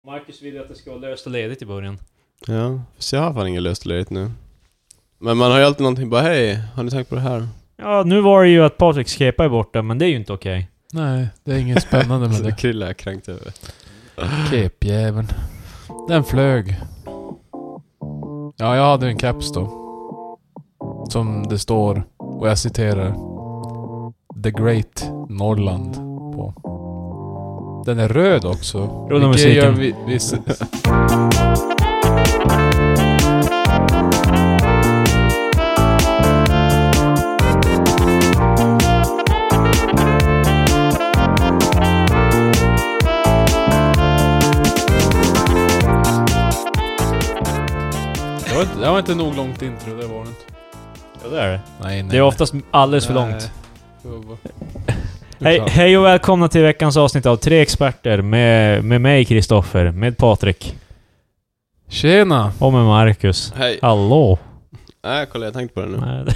Marcus vill ju att det ska vara löst och ledigt i början. Ja, så jag har fan inget löst och ledigt nu. Men man har ju alltid någonting bara, hej, har ni tänkt på det här? Ja, nu var det ju att Patricks kepa är borta, men det är ju inte okej. Nej, det är inget spännande med det. Krilla är kränkt över. Kepjäveln. Den flög. Ja, jag hade en caps då. Som det står, och jag citerar, The Great Norrland på. Den är röd också. Rulla musiken. Det var inte nog långt intro, det var det inte. Ja, det är det. Nej. Det är oftast alldeles för långt. Nej. Hej och välkomna till veckans avsnitt av Tre Experter med mig, Kristoffer, med Patrik. Tjena! Och med Marcus. Hej. Hallå. Nej, kolla, jag tänkte på det nu. Nej.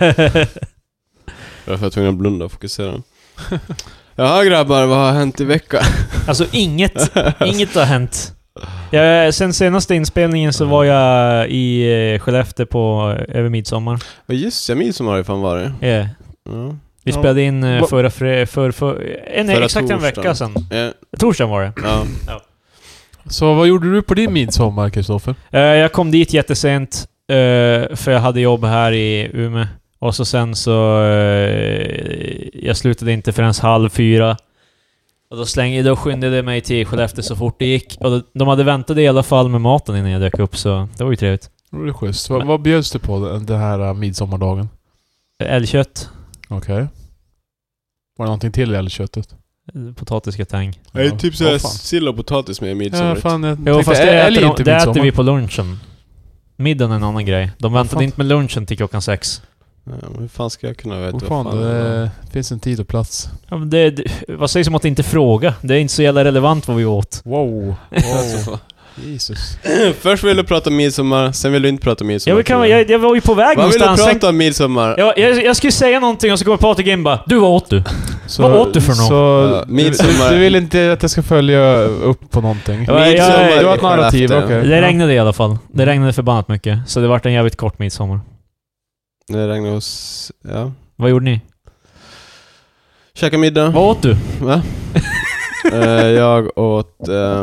Jag var tvungen att blunda och fokusera. Jaha grabbar, vad har hänt i veckan? Alltså inget har hänt. Sen senaste inspelningen så var jag i Skellefteå på över midsommar. Ja just det, midsommar har ju fan varit. Yeah. Ja. Vi spelade in exakt torsdagen. en vecka sedan. Ja. Torsdagen var det. Ja. Så vad gjorde du på din midsommar, Kristoffer? Jag kom dit jättesent för jag hade jobb här i Umeå. Och så sen så jag slutade inte förrän 3:30. Och då skyndade jag mig till Skellefteå så fort det gick. Och de hade väntat i alla fall med maten innan jag dök upp, så det var ju trevligt. Det var schysst. Vad bjöds du på den här midsommardagen? Älgkött. Okej. Var det någonting till i älgköttet? Potatisgratäng. Det är typ såhär fan. sill och potatis med midsommar. Ja, fan, jag Jo, fast tänkte, det äter vi på lunchen. Middagen är en annan grej. De väntade inte med lunchen till 6:00. Ja, men hur fan ska jag kunna veta vad fan det finns en tid och plats. Ja, men vad sägs om att inte fråga? Det är inte så jävla relevant vad vi åt. Wow. Alltså, Jesus. först ville du prata midsommar, sen ville du inte prata midsommar. Jag var ju på väg vad någonstans. Vad vill du prata om midsommar? Jag skulle säga någonting och så kommer Patrik in bara, du, vad åt du? Så, vad åt du för något? Ja, midsommar. Du vill inte att jag ska följa upp på någonting? Midsommar du har ett narrativ, okej. Det regnade i alla fall. Det regnade förbannat mycket. Så det vart en jävligt kort midsommar. Det regnade hos... Ja. Vad gjorde ni? Käka middag. Vad åt du? Va? Jag åt...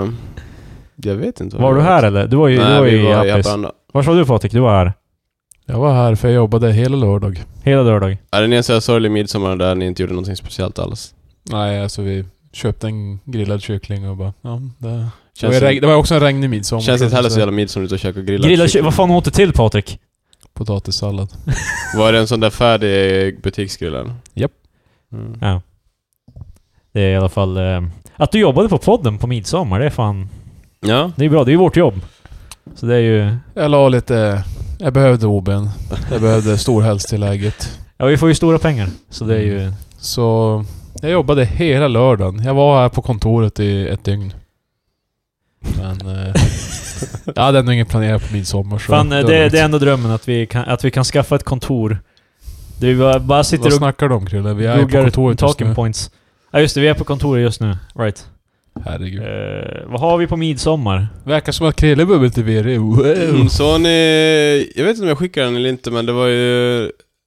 jag vet inte vad var du här eller? Du var ju, Nej, du var vi i var i Appis. Haparanda. Var var du, Patrik? Du var här. Jag var här för jag jobbade hela lördag. Hela lördag. Är det en så sorglig midsommar där ni inte gjorde någonting speciellt alls? Nej, alltså vi köpte en grillad kyckling och bara... Ja, Det var också en regnig midsommar. Känns inte heller så jävla midsommar ut att käka grillad Grillad vad fan åt du till, Patrik? Potatissallad. Var det en sån där färdig butiksgrillad? Japp. Mm. Ja. Det är i alla fall... att du jobbade på podden på midsommar, det är fan... Ja. Det är bra, det är ju vårt jobb. Så det är ju... Jag la lite... Jag behövde OB:n. Jag behövde storhälstillägget. Ja, vi får ju stora pengar. Så det är ju... Så... Jag jobbade hela lördagen. Jag var här på kontoret i ett dygn. Men... jag hade ändå ingen planerat på midsommar. Så fan, det är ändå drömmen att vi kan skaffa ett kontor. Det vi bara sitter Vad och... snackar de, Krille? Vi är på kontoret just nu. Points. Ja just det, vi är på kontoret just nu. Right. Herregud. Vad har vi på midsommar? Verkar som att Krille bubbel till VR. Wow. Så ni... Jag vet inte om jag skickar den eller inte, men det var ju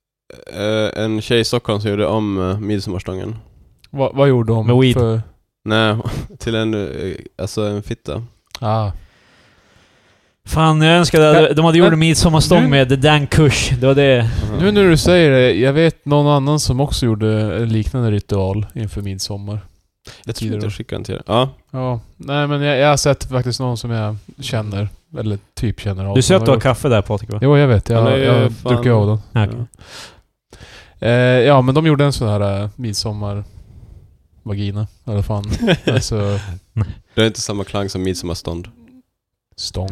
en tjej i Stockholm som gjorde om midsommarstången. Vad gjorde de? Med weed? För... Nej, till en fitta. Ah. Fan, jag önskade de hade gjort en midsommarstång med The Dan Kush. Det var det. Nu när du säger det, jag vet någon annan som också gjorde en liknande ritual inför midsommar. Jag tror inte jag skickar den till er. Ja. Ja, nej men jag har sett faktiskt någon som jag känner, eller typ känner av. Du ser att du har kaffe där, Patrik, va? Jo, jag vet. Jag dricker av den. Ja, okay. Ja, men de gjorde en sån här midsommarvagina. Eller fan. Alltså... Det är inte samma klang som midsommarstånd. Stång.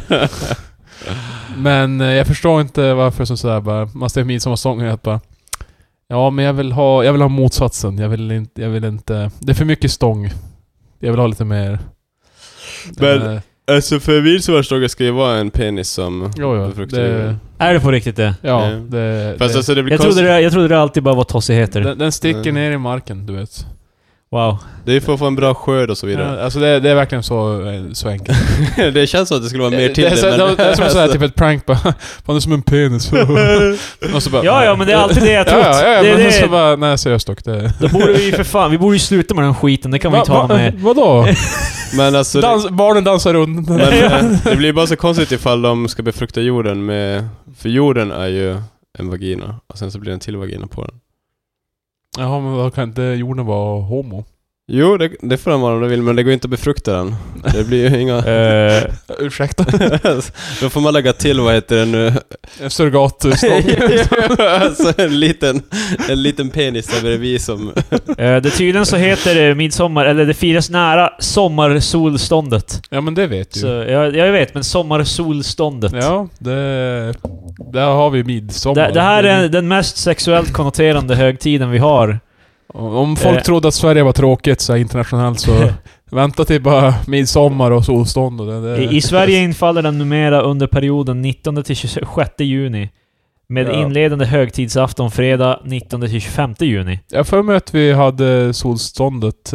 Men jag förstår inte varför så sådär bara... Man ser midsommarstången och bara... Ja, men jag vill ha motsatsen. Jag vill inte... Det är för mycket stång. Jag vill ha lite mer... Men... Alltså för midsommarstången ska ju vara en penis som... Jo, det... Är det på riktigt det? Ja, Fast alltså det blir jag trodde det alltid bara var tossigheter. Den sticker ner i marken, du vet. Wow. Det är för att få en bra skörd och så vidare. Ja, alltså det är verkligen så enkelt. Det känns som att det skulle vara mer till det. men... Det är som att säga typ ett prank bara. Fan, är som en penis. Och så bara, Ja, men det är alltid det jag trott. Ja, det, men det, så bara, nej seriöst dock. Då borde vi för fan, vi borde ju sluta med den skiten, det kan vi inte ha med. Vadå? Men alltså... Barnen dansar runt. Men det blir bara så konstigt ifall de ska befrukta jorden med... För jorden är ju en vagina. Och sen så blir det en till vagina på den. Jaha, men vad kan inte jorden vara homo? Jo, det får de vara om de vill, men det går inte att befrukta den. Det blir ju inga... Ursäkta. Då får man lägga till, vad heter det nu? En surrogatstång. Alltså en liten penis där bredvid som... det tydligen så heter det midsommar, eller det firas nära sommarsolståndet. Ja, men det vet du. Så, jag vet, men sommarsolståndet. Ja, där har vi midsommar. Det här är den mest sexuellt konnoterande högtiden vi har. Om folk trodde att Sverige var tråkigt så internationellt så vänta till bara midsommar och solstånd och I Sverige infaller den numera under perioden 19 till 26 juni med inledande högtidsafton fredag 19 till 25 juni. Jag för mig att vi hade solståndet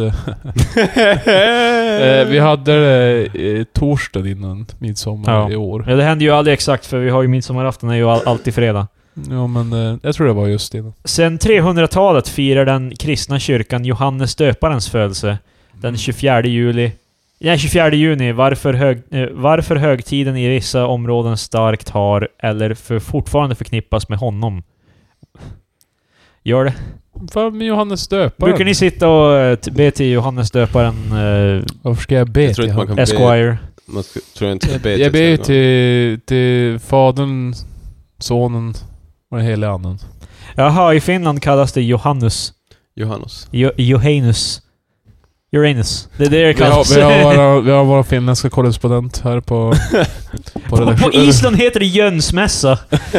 vi hade det torsdag innan midsommar i år. Ja, det händer ju aldrig exakt för vi har ju midsommarafton är ju alltid fredag. Ja, men jag tror det var just innan. Sen 300-talet firar den kristna kyrkan Johannes döparens födelse den 24 juni. Varför högtiden i vissa områden starkt har eller fortfarande förknippas med honom. Gör det. Vad med Johannes döparen? Brukar ni sitta och be till Johannes döparen? Varför ska jag be till honom? Esquire. Man tror inte be jag ber till Fadern, Sonen och den heliga anden. Jaha, i Finland kallas det Johannes. Johannes. Uranus. Det är det kallas. Vi har vår finländska korrespondent här på på Island heter det Jönsmässa.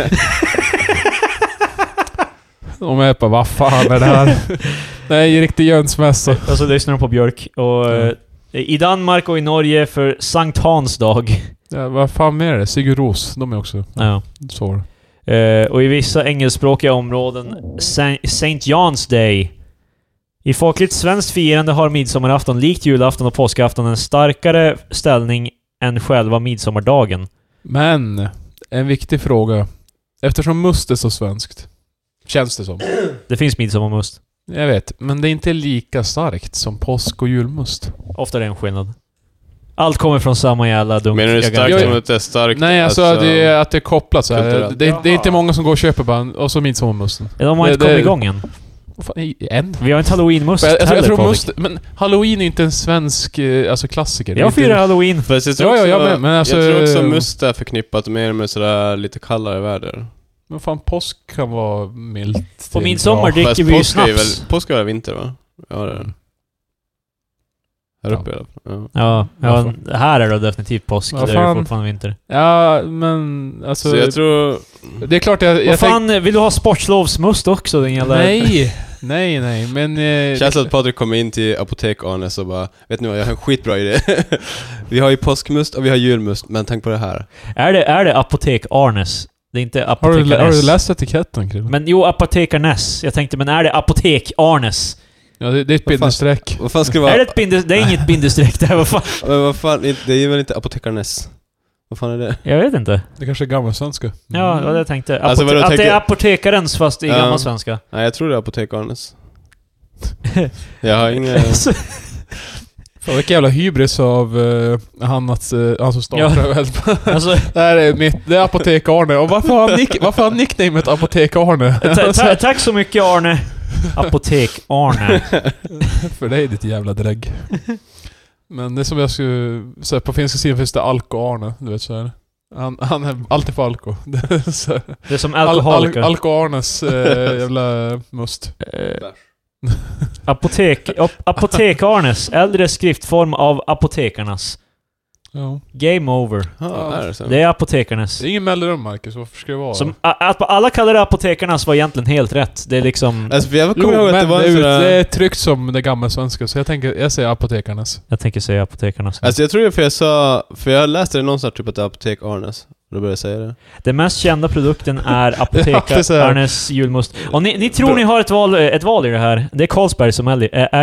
De är på, vad fan är det här? Nej, riktig Jönsmässa. Och så lyssnar de på Björk. Och i Danmark och i Norge för Sankt Hans dag. Ja, vad fan är det? Sigur Ros, de är också. Ja. Så. Och i vissa engelskspråkiga områden Saint John's Day. I folkligt svenskt firande har midsommarafton likt julafton och påskafton en starkare ställning än själva midsommardagen. Men en viktig fråga. Eftersom must är så svenskt, känns det som. Det finns midsommarmust. Jag vet, men det är inte lika starkt som påsk och julmust. Ofta är det en skillnad. Allt kommer från samma jävla dunk. Men är det starkt som att det är starkt? Nej, alltså att det är kopplat så här. Det är inte många som går och köper bara och så midsommarmusten. Ja, de har inte kommit igång än. Än? Vi har inte Halloween-must jag tror must, men Halloween är inte en svensk klassiker. Jag firar Halloween. Fast jag tror men alltså, jag tror också must är förknippat mer med sådär lite kallare väder. Men fan, påsk kan vara milt. På midsommar dricker vi ju snaps. Påsk är väl vinter, va? Ja, det är här uppe i alla fall. Ja, här är det definitivt påsk. Det är fortfarande vinter. Ja, men alltså... Så jag tror... Det är klart vad fan, vill du ha sportslovsmust också? Den jävla... Nej, men... Känns att Patrik kommer in till apotek Arnes och bara, vet ni vad, jag har en skitbra idé. Vi har ju påskmust och vi har julmust, men tänk på det här. Är det apotek Arnes? Det är inte apotekarnes. Har du läst etiketten, Krille? Men jo, apotekarnes. Jag tänkte, men är det apotek Arnes? Ja, det är ett bindestreck. Vad fan ska det vara? Är det ett bindestreck? Det är inget bindestreck där, vad fan? Men vad fan, det är väl inte apotekarnes? Vad fan är det? Jag vet inte. Det kanske är gammalsvenska. Ja, det var det jag tänkte. Alltså, att det är apotekarens fast i gammalsvenska. Nej, jag tror det är apotekarnes. Jag har ingen... Fan, vilken jävla hybris av han som startar väl. Alltså, det är Apotek Arne. Och varför har nicknamet Apotek Arne? Tack så mycket, Arne. Apotek Arne. För dig, ditt jävla drägg. Men det är som jag skulle säga, på finska sidan finns det Alko Arne, du vet så här. Han är alltid för alko. Det är som alkoholiker. Alko Arnes jävla must. Apotek Arnes, äldre skriftform av apotekarnas. Ja. Game over. Det är apotekarnas. Det är ingen mellanrum, Marcus. Varför ska det vara? Att alla kallar det apotekarnas var egentligen helt rätt. Det är liksom... Alltså, jag kommer ihåg att det var det är tryckt som det gamla svenska. Så jag säger apotekarnas. Jag tänker säga apotekarnas. Alltså jag tror det för jag läste det någonstans typ att det är Apotek Arnes. Då började jag säga det. Den mest kända produkten är Apotek Arnes julmust. Och ni tror ni har ett val i det här. Det är Carlsberg som äger det.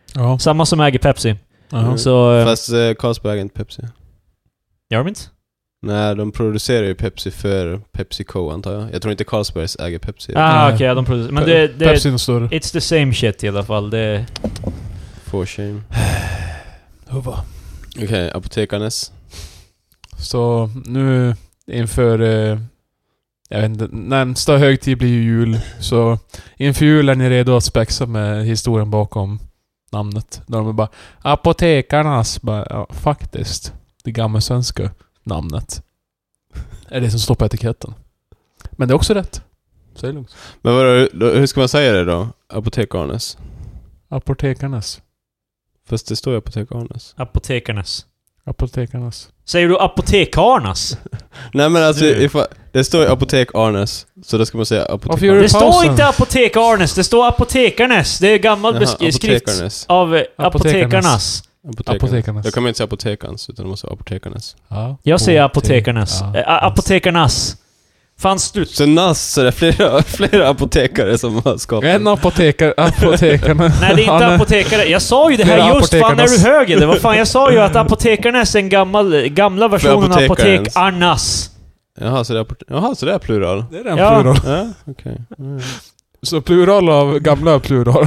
Ja. Samma som äger Pepsi. Jaha. Så... Fast Carlsberg äger inte Pepsi. Gör de inte? Nej, de producerar ju Pepsi för PepsiCo antar jag. Jag tror inte Carlsbergs äger Pepsi. Nej. Okej, de producerar. Men det Pepsi är nog större. it's the same shit i alla fall. Det... For shame. Huva. Okej, Apotekarnes. Så nu inför... jag vet inte, närmsta högtid blir ju jul. Så inför jul är ni redo att spexa med historien bakom namnet. Där de är bara Apotekarnas. Bara, ja, faktiskt. Det gamla svenska namnet är det som står på etiketten. Men det är också rätt. Så är det lugnt. Men hur ska man säga det då? Apotekarnes. Apotekarnas. Fast det står ju Apotekarnes. Apotekarnas. Apotekarnas. Säger du apotekarnas? Nej men alltså, det står ju Apotekarnes. Så då ska man säga Varför gör du Det står pausen? inte apotekarnes, det står apotekarnes. Det är gammal skrift Apotekarnes. av apotekarnas. Apotekarnes. Då kan man inte säga apotekans, utan det måste vara Apotekarnes. Ja. Jag säger apotekarnes. Ja. Apotekarnas. Fanns slut. Så så det är flera apotekare som har skapat. En apotekarna. Nej, det är inte apotekare. Jag sa ju det Flera här just. Fan, när apotekarnas. du höger det. Vad fan, jag sa ju att apotekarnes är en gamla versionen av apotekarens. apotekarnas. Jaha, så det är plural. Det är en Ja. plural. Ja, okej. Så plural av gamla plural.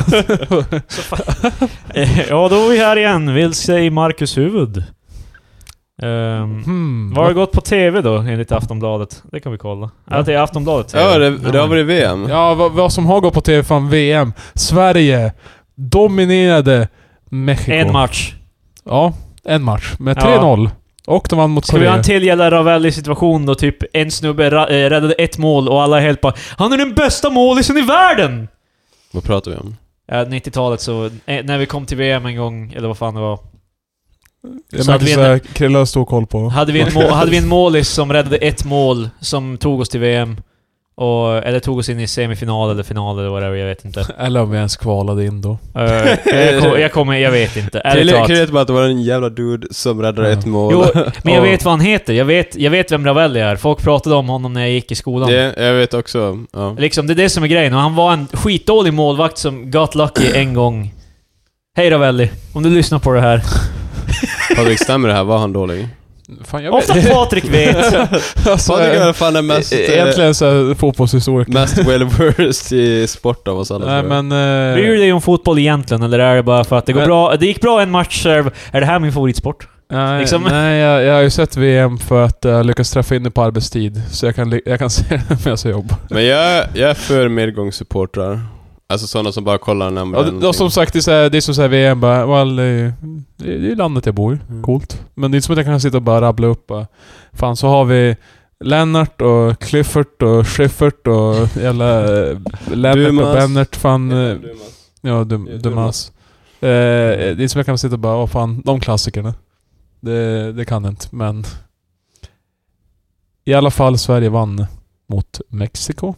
Ja, då är vi här igen. Vilse i Marcus huvud. Vad har det gått på TV då, enligt Aftonbladet? Det kan vi kolla. Ja, det är Aftonbladet TV. Ja, det har varit VM. Ja, vad som har gått på TV från VM. Sverige dominerade Mexiko. En match. Ja, en match. Med Ja. 3-0. Och de vann mot Ska vi ha Korea. en till jävla Ravelli-situation då? Typ en snubbe räddade ett mål och alla är helt bara han är den bästa målisen i världen! Vad pratar vi om? 90-talet så... när vi kom till VM en gång, eller vad fan det var. Jag så hade vi märker såhär, Krilla har stor koll på. Hade vi en målis som räddade ett mål som tog oss till VM. Eller tog oss in i semifinal eller final eller whatever, jag vet inte. Eller om vi ens kvalade in då. Jag vet inte. Ärligt talat. Jag vet bara att det var en jävla dude som räddade ett mål. Jo, men jag vet vad han heter. Jag vet vem Ravelli är. Folk pratade om honom när jag gick i skolan. Jag vet också. Ja. Liksom, det är det som är grejen. Och han var en skitdålig målvakt som got lucky en gång. Hej Ravelli, om du lyssnar på det här. Patrik, stämmer det här? Var han dålig? Fan, jag Ofta Patrik vet. Alltså, Patrik är i alla fall den mest... egentligen såhär fotbollshistoriker. mest well-versed i sport av oss alla. Nej tror jag. men... Bryr du dig om fotboll egentligen, eller är det bara för att det går bra? Det gick bra en match, är det här min favoritsport? Nej, liksom. nej jag har ju sett VM för att jag lyckas träffa in det på arbetstid. Så jag kan se det med jag ska jobba. Men jag är för medgångssupportrar. Alltså sådana som bara kollar närmare. Ja, det, som sagt, det är som säger VM bara, det är landet jag bor i. Coolt. Men det är inte som att jag kan sitta och bara rabbla upp. Fan, så har vi Lennart och Clifford och Schiffert och jävla Lennart och Bennert. Fan, ja, Dumas. Det är inte som jag kan sitta och bara, fan, de klassikerna. Det kan jag inte, men... I alla fall, Sverige vann mot Mexiko.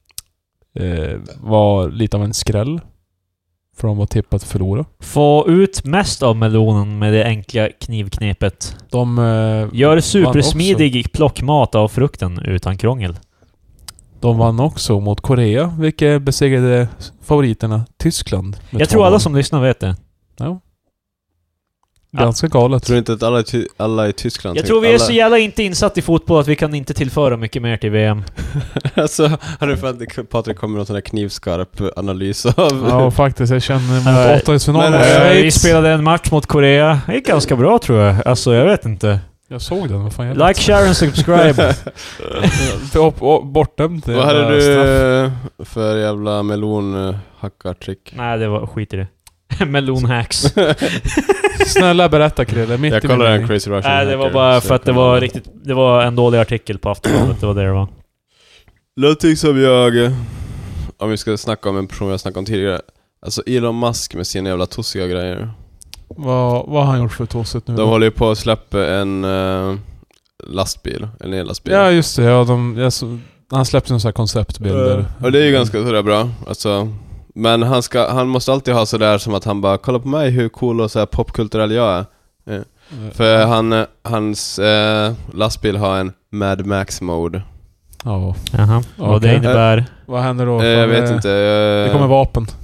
Var lite av en skräll. För de var tippat att förlora. Få ut mest av melonen med det enkla knivknepet. Gör supersmidig plockmat av frukten utan krångel. De vann också mot Korea, vilket besegrade favoriterna Tyskland. Jag tror alla som lyssnar vet det. Ja. Ganska galet. Jag tror inte att alla i Tyskland... Jag tror vi är så jävla inte insatt i fotboll att vi kan inte tillföra mycket mer till VM. Alltså, har du för att Patrik kommer med någon sån här knivskarp analys av... Ja, faktiskt. Jag känner mot åttondelsfinalen. Vi spelade en match mot Korea. Det gick ganska bra, tror jag. Alltså, jag vet inte. Jag såg den. Vad fan jag Like, share and subscribe. Bortdömt. Vad hade du för jävla melonhackartrick? Nej, det var skit i det. Melonhacks. Snälla berätta, Krille. Jag kollade en Crazy Russian Nej, det var hacker, bara så för att det var en dålig artikel på Aftonbladet. Det var det var. Någonting som jag... Om vi ska snacka om en person jag snackade om tidigare. Alltså Elon Musk med sina jävla tossiga grejer. Vad har han gjort för tossigt nu? De håller ju på att släppa en lastbil. En ellastbil. Ja, just det. Ja, han släppte en sån här konceptbilder. Och det är ju ganska sådär bra. Alltså... Men han måste alltid ha sådär som att han bara kolla på mig hur cool och så här popkulturell jag är. För hans lastbil har en Mad Max mode. Ja. Jaha. Och det innebär... Vad händer då? Jag vet inte. Det kommer vapen.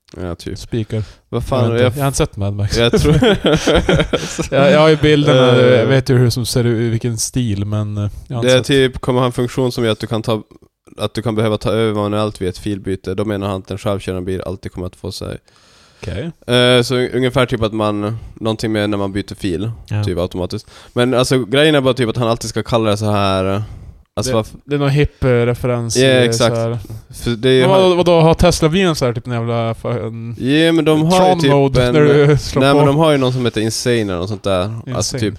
Ja, typ. Speaker. Vad fan, jag har inte sett Mad Max. jag tror... jag har ju bilderna, jag vet ju hur som ser ut, vilken stil, men jag har det är inte typ, kommer ha en funktion som gör att du kan behöva ta över manuellt vid ett filbyte. Då menar han att en självkörande bil alltid kommer att få sig. Okej. Så ungefär typ att man, någonting med när man byter fil, Ja. typ automatiskt. Men alltså grejen är bara typ att han alltid ska kalla det så här. Alltså det är någon hipp referens. Ja, exakt. För det är Vadå, har Tesla blivit en sån här typ en jävla... ja, men de har Tron ju typ mode när du slår nej, på. men de har ju någon som heter Insane eller något sånt där. Insane. Alltså typ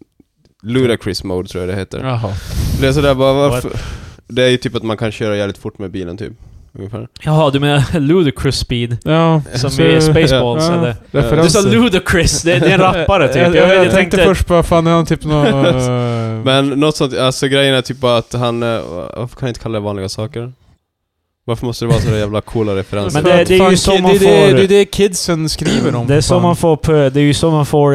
Ludacris mode tror jag det heter. Jaha. Det är sådär bara, varför? Det är ju typ att man kan köra jävligt fort med bilen typ. Ungefär. Jaha, du menar Ludacris Speed? Ja. Som så- i Spaceballs, ja, eller? referenser. Du sa Ludacris, det är en rappare typ. Jag tänkte först bara, fan är han typ någon... Men något sånt, alltså grejen är typ bara att han, varför kan jag inte kalla det vanliga saker? Varför måste det vara så där jävla coola referenser? Men det är ju så man får... Det är det kidsen skriver om. Det är så man får... Det är ju så man får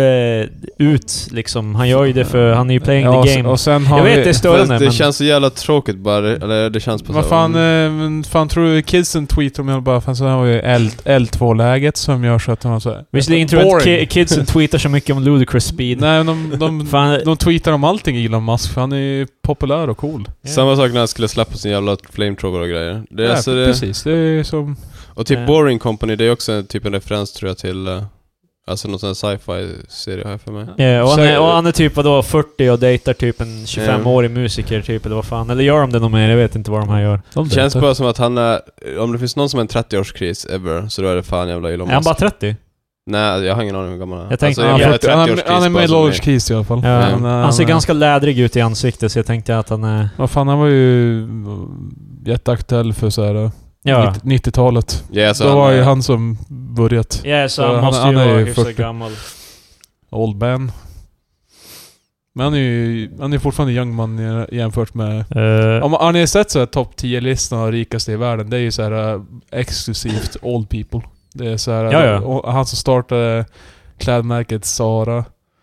ut, liksom. Han gör ju det för... Han är ju playing the game. Och sen har Jag vet, vi- det är Fast störande, det men... känns så jävla tråkigt bara, eller det känns på Vad så. fan, men fan tror du kidsen tweetar om jag bara, fan så här har vi L2-läget som gör så att de har så här... Visserligen tror jag Boring. att kidsen tweetar så mycket om Ludacris Speed. Nej, men Fan, de tweetar om allting Elon Musk, för han är ju populär och cool. Samma sak när han skulle släppa sin jävla flamethrower och grejer. Det är Ja, alltså precis. Det är som... och typ Ja. Boring Company, det är också typ en referens tror jag till alltså någon sån här sci-fi-serie har jag för mig. Ja, och, Så- och han är typ vadå, 40 och dejtar typ en 25-årig musiker typ, eller vad fan. Eller gör de det nog mer? Jag vet inte vad de här gör. De Det känns dejtar. bara som att han är, om det finns någon som är en 30-årskris ever, så då är det fan jävla Elon Är han Musk. bara 30? Nej, jag har ingen aning hur gammal han är. Jag tänkte- jag menar Ja, han 30-årskris är med bara i som Lodge Keys i alla fall. Ja, Men, han ser ganska lädrig ut i ansiktet, så jag tänkte att han är... Vad fan, han var ju jätteaktuell för så här Ja, 90-talet. Ja, så Då var ju är- han som börjat. ja så Så han måste han ju är vara ju hyfsat 40. gammal. Old man. Men han är fortfarande young man jämfört med... Om har ni sett så här topp 10-listan av rikaste i världen, det är ju så här exklusivt old people. Det är så här, Ja. och han som startade klädmärket Zara.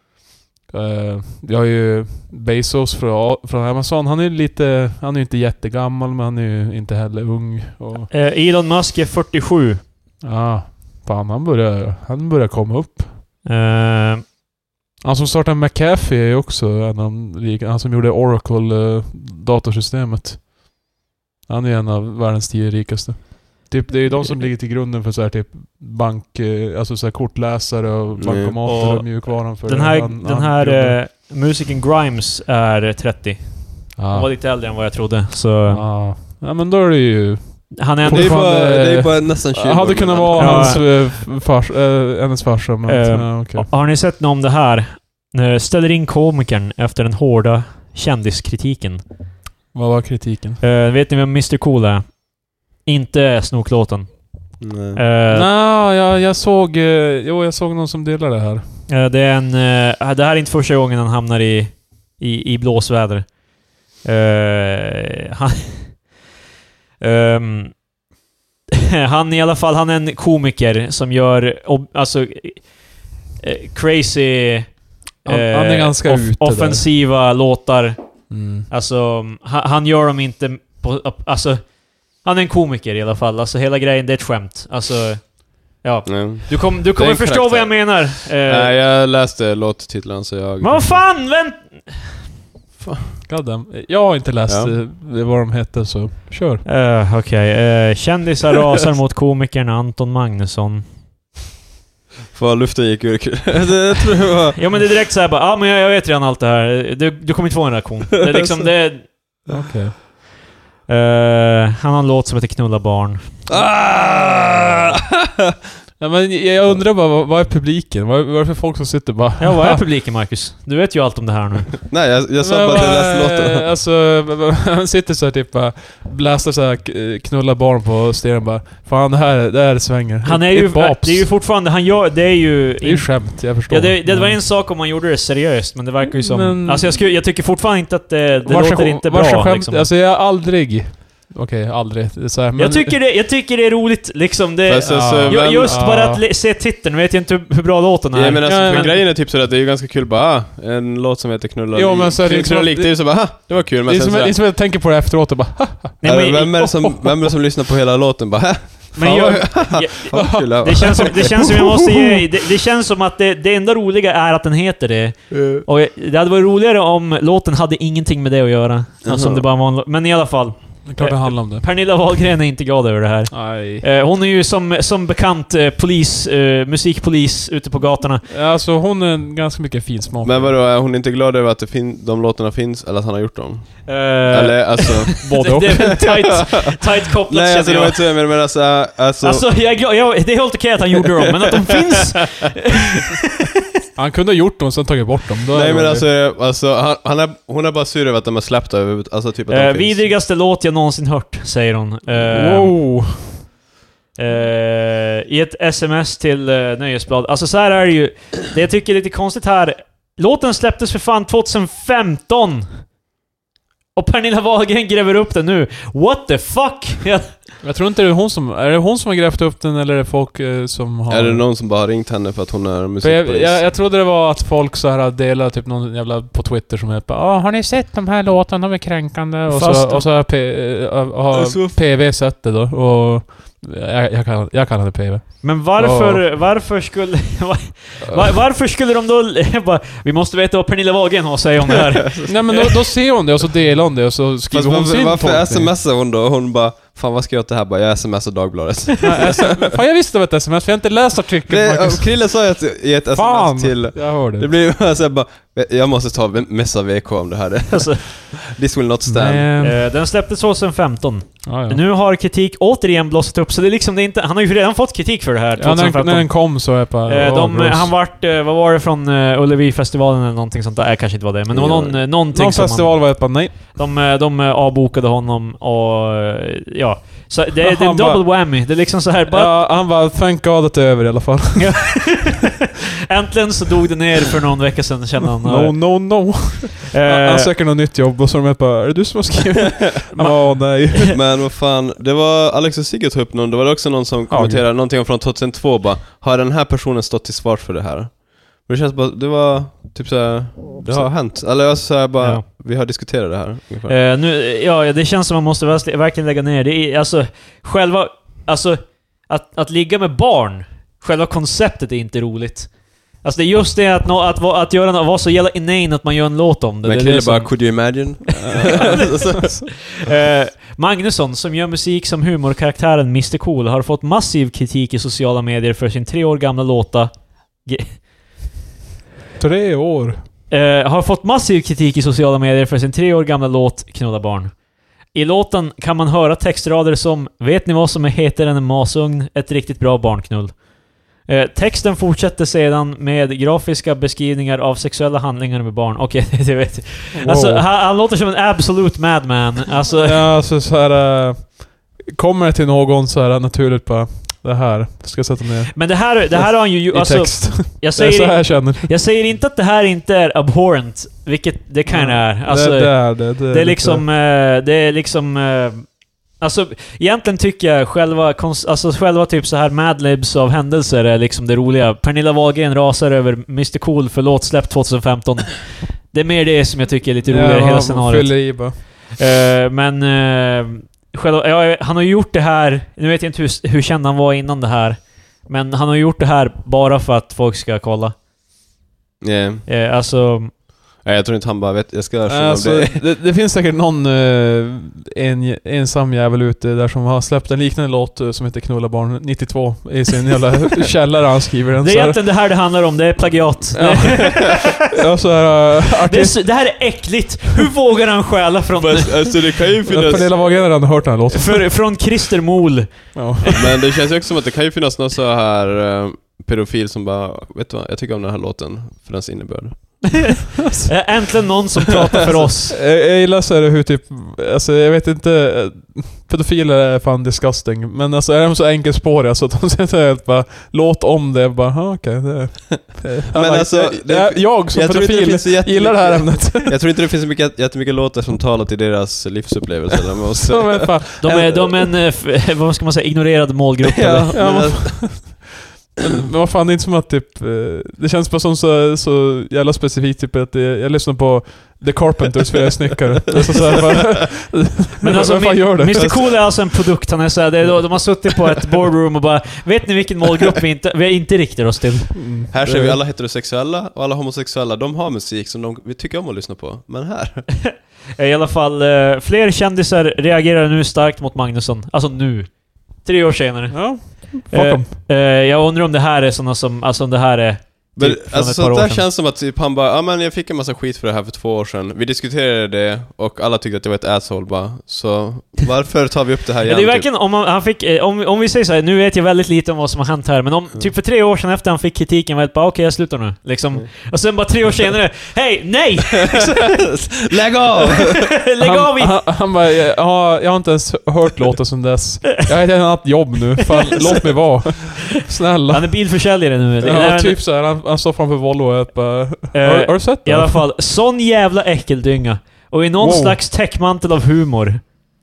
Vi har ju Bezos från Amazon. Han är ju inte jättegammal, men han är ju inte heller ung. Och, Elon Musk är 47. fan, han börjar komma upp. Eh, Han som startade McAfee är ju också en av de rika. Han som gjorde Oracle datorsystemet. Han är ju en av världens 10 rikaste. Typ, det är ju de som ligger till grunden för så här typ bank, alltså så här kortläsare och bankomater Och och mjukvaran för den här musikern Grimes är 30. Han var lite äldre än vad jag trodde, så... Ja, men då är det ju... Han är Det är ändå... bara nästan 20 hade kunnat vara Ja. hans hennes farsa, men okej. Har ni sett något om det här? Ställer in komikern efter den hårda kändiskritiken. Vad var kritiken? Vet ni vem Mr Cool är? Inte snoklåten. Nej. Jag såg någon som delade det här. Det är en... det här är inte första gången han hamnar i blåsväder. Han... han i alla fall, han är en komiker som gör crazy Han är ganska ute där. offensiva låtar. Mm. Alltså, han gör dem inte på... Alltså, han är en komiker i alla fall. Alltså, hela grejen, det är ett skämt. Alltså, ja. Nej. Du kommer Det är en förstå karaktär. vad jag menar. Nej, jag läste låttiteln så jag... Men vad fan, vänt... Goddamn. Jag har inte läst vad de heter, så kör. Okej. Kändisar rasar mot komikern Anton Magnusson. För luften gick ur. Det tror jag var... Ja, men det är direkt såhär bara, men jag vet redan allt det här. Du kommer inte få en reaktion. Det är liksom, det... Okej. Han har en låt som heter Knulla barn. Ja, men jag undrar bara, vad är publiken? Vad är det för folk som sitter bara... Ja, vad är publiken, Marcus? Du vet ju allt om det här nu. Nej, jag sa bara att jag läste låten. Alltså, han sitter så här typ bara, blästar så här, knulla barn på stenen bara. Fan, det här svänger. Han är ju... Det är ju fortfarande... Han gör... Det är ju... Det är ju skämt, jag förstår. Ja, det var en sak om man gjorde det seriöst, men det verkar ju som... Men- Alltså jag tycker fortfarande inte att det låter inte bra. Skämt, Liksom. alltså jag har aldrig... Okej, aldrig. Det är så här, men, jag tycker det är roligt, liksom. Det, Fast alltså, Ja. men- just bara att se titeln, vet jag inte hur bra låten är. Ja, men alltså, Ja, för men- grejen är typ sådär att det är ju ganska kul bara, en låt som heter Knulla Jo, men så är det ju Knulla som- lik, det är ju så bara, det var kul, men det är sen som, det är sådär, som jag tänker på det efteråt och bara... Nej, men, vem är det som lyssnar på hela låten bara, Men det känns som jag måste ge... Det känns som att det enda roliga är att den heter det. Och det hade varit roligare om låten hade ingenting med det att göra. Alltså om det bara var men i alla fall. Det är klart det handlar om det. Pernilla Wahlgren är inte glad över det här. Hon är ju som bekant musikpolis ute på gatorna. Alltså hon är ganska mycket fin smak. Men vadå, är hon inte glad över att de låtarna finns eller att han har gjort dem? Eller alltså både och. Det är väl tight kopplat. Nej, alltså det var inte så jag menar, alltså jag är glad, det är helt okej att han gjorde dem, men att de finns. Han kunde ha gjort dem och sen tagit bort dem. Nej men alltså hon är bara sur över att de har släppt över, alltså typ att de vidrigaste låt jag någonsin hört, säger hon. Wow. I ett sms till Nöjesblad. Alltså så här är det ju. Det jag tycker är lite konstigt här. Låten släpptes för fan 2015. Och Pernilla Wahlgren gräver upp den nu. What the fuck? Jag tror inte det är hon som... Är det hon som har grävt upp den eller är det folk som har... Är det någon som bara har ringt henne för att hon är musikpolis? Jag trodde det var att folk så här delade typ någon jävla på Twitter som heter har ni sett de här låtarna? De är kränkande. Och så har PV sett det då. Och jag kallar det PV. Men varför skulle de då bara, vi måste veta vad Pernilla Wahlgren har att säga om det här. Nej men då ser hon det och så delar hon det och så skriver hon sin varför smsar hon då? Hon bara, fan vad ska jag göra det här? Bara, jag smsar Dagbladet. Fan jag visste det var ett sms för jag har inte läst artikeln. Krille sa ju i ett sms till... Jag hörde. Det blir så bara, jag måste ta messa VK om det här. Alltså, this will not stand. Den släpptes 2015. Ja. Nu har kritik återigen blossat upp, så det är liksom det är inte, han har ju redan fått kritik för det här 2015. När den kom så är han vart, vad var det från Ullevi-festivalen eller någonting sånt där, kanske inte var det, men det var någonting någon som festival var ett bara nej. De avbokade honom och ja, så det är en double whammy. Det är liksom så här bara... Ja, han var thank God att det är över i alla fall. Äntligen så dog det ner för någon vecka sedan, kände han. No. Han söker något nytt jobb och så är bara, är det du som har skrivit? Nej. Men vad fan, det var Alex och Sigge tog upp någon. Det var också någon som kommenterade någonting från 2002 bara, har den här personen stått till svars för det här? Men det känns bara, det var typ såhär, det har hänt. Eller jag så här bara, vi har diskuterat det här. Nu, det känns som man måste verkligen lägga ner. Det är alltså själva, alltså att ligga med barn, själva konceptet är inte roligt. Alltså det är just det att göra något, vara så jävla inane att man gör en låt om det. Men Krille bara, could you imagine? Magnusson, som gör musik som humorkaraktären Mr. Cool, har fått massiv kritik i sociala medier för sin 3 år gamla låta. 3 år? Har fått massiv kritik i sociala medier för sin 3 år gamla låt Knulla barn. I låten kan man höra textrader som vet ni vad som är heter än en masugn, ett riktigt bra barnknull. Texten fortsätter sedan med grafiska beskrivningar av sexuella handlingar med barn. Okej, det vet jag. Wow. Alltså, han låter som en absolut madman. Alltså... Ja, alltså så här... kommer det till någon så här naturligt bara... Det här ska jag sätta ner. Men det här har han ju... Alltså, text. Jag säger, det är så här jag känner. Jag säger inte att det här inte är abhorrent, vilket det kan är. Alltså, det är liksom... Det är liksom... Alltså, egentligen tycker jag själva typ så här madlibs av händelser är liksom det roliga. Pernilla Wahlgren rasar över Mr. Cool för låtsläpp 2015. Det är mer det som jag tycker är lite roligare i hela scenariot. Men han har gjort det här. Nu vet jag inte hur känd han var innan det här, men han har gjort det här bara för att folk ska kolla. Alltså... Nej, jag tror inte han bara vet. Jag ska alltså, det finns säkert någon ensam jävel ute där som har släppt en liknande låt som heter Knulla barn 92 i sin jävla källare han skriver den. Det är egentligen det här det handlar om, det är plagiat. Ja. Det här är äckligt. Hur vågar han stjäla från... Alltså det kan ju finnas... Pernilla Wahlgren har redan hört den här låten. Från Christer Mol. Ja. Men det känns ju också som att det kan ju finnas någon så här pedofil som bara, vet du vad, jag tycker om den här låten för dens innebörd. Äntligen någon som pratar för oss. Jag gillar så här hur typ, alltså jag vet inte, pedofiler är fan disgusting, men alltså är de så enkelspåriga så att de säger helt bara låt om det, bara okej, det men alltså jag som pedofil gillar det här ämnet. Jag tror inte det finns jättemycket låtar som talar till deras livsupplevelser. De är en vad ska man säga, ignorerad målgrupp. Men vad fan, det är inte som att typ... Det känns bara som så jävla specifikt typ att jag lyssnar på The Carpenters för jag är snickare. Det är så här, bara, Men alltså, vad fan gör det? Mr Cool är alltså en produkt. Han är så här, de har suttit på ett boardroom och bara, vet ni vilken målgrupp vi inte riktar oss till? Här ser vi alla heterosexuella och alla homosexuella. De har musik som vi tycker om att lyssna på. Men här... I alla fall, fler kändisar reagerar nu starkt mot Magnusson. Alltså nu. 3 år senare. Ja, fuck jag undrar om det här är såna som... Alltså om det här är... Men, Typ alltså sånt där känns som att typ, han bara, men jag fick en massa skit för det här för 2 år sedan. Vi diskuterade det och alla tyckte att jag var ett asshole bara. Så varför tar vi upp det här igen? Det är verkligen, om vi säger så här, nu vet jag väldigt lite om vad som har hänt här, men om typ för 3 år sedan efter han fick kritiken var det bara okej, jag slutar nu. Liksom. Och sen bara 3 år senare, hej, nej! Lägg av! Lägg av! Han bara, jag har inte ens hört låten som dess. Jag har ett annat jobb nu. Fan, låt mig vara. Snälla. Han är bilförsäljare nu. Ja, typ så här. Han står framför Volvo och bara... Har du sett det? I alla fall, sån jävla äckeldynga. Och i någon slags täckmantel av humor.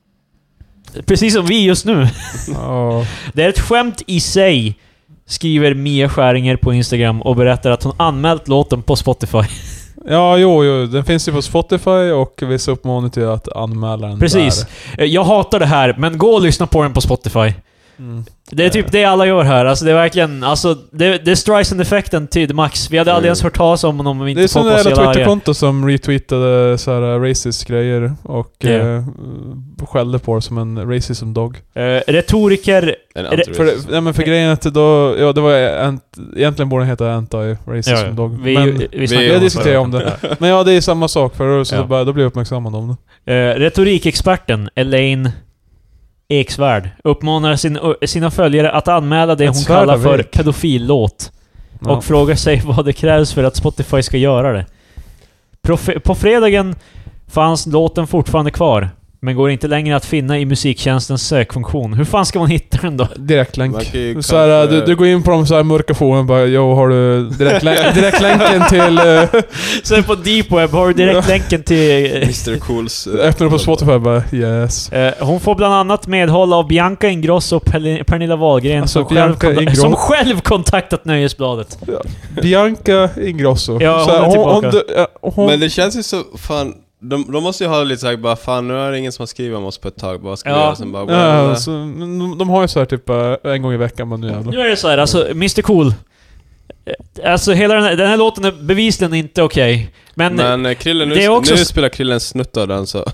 Precis som vi just nu. Det är ett skämt i sig, skriver Mia Skäringer på Instagram och berättar att hon anmält låten på Spotify. Ja, jo. Den finns ju på Spotify och vissa uppmanar till att anmäla den. Precis. Där. Jag hatar det här, men gå och lyssna på den på Spotify. Det är typ det alla gör här. Alltså det är verkligen... Alltså det är Streisand-effekten till max. Vi hade aldrig ens hört talas om honom om vi inte fått oss. Det är sådana jävla Twitterkonto som retweetade så här racist grejer och skällde på det som en racism dog. Retoriker... För grejen är att då... Ja, det var egentligen borde den heta anti-racism dog. Vi diskuterar om det. Men ja, det är samma sak för så då blir jag uppmärksammad om det. Retorikexperten Elaine Eksvärd uppmanar sina följare att anmäla det hon kallar för pedofillåt och frågar sig vad det krävs för att Spotify ska göra det. På fredagen fanns låten fortfarande kvar, men går inte längre att finna i musiktjänstens sökfunktion. Hur fan ska man hitta den då? Direktlänk. Så här, du går in på de så här mörka forum bara, har du direktlänken till... Sen på Deep Web har du direktlänken till... Mr. Cools... Öppnar på Spotify bara, yes. Hon får bland annat medhåll av Bianca Ingrosso och Pernilla Wahlgren alltså, som själv kontaktat Nöjesbladet. Ja. Bianca Ingrosso. Ja, så hon är tillbaka. Men det känns ju så... Fan... De måste ju ha lite såhär bara, fan nu är det ingen som har skrivit om oss på ett tag, vad ska vi göra sen bara... Alltså, de har ju så här typ en gång i veckan, men nu jävlar. Nu är det så här, alltså Mr. Cool. Alltså hela den här låten är bevisligen inte okej. Men Krille, nu spelar Krille en snutt av den så...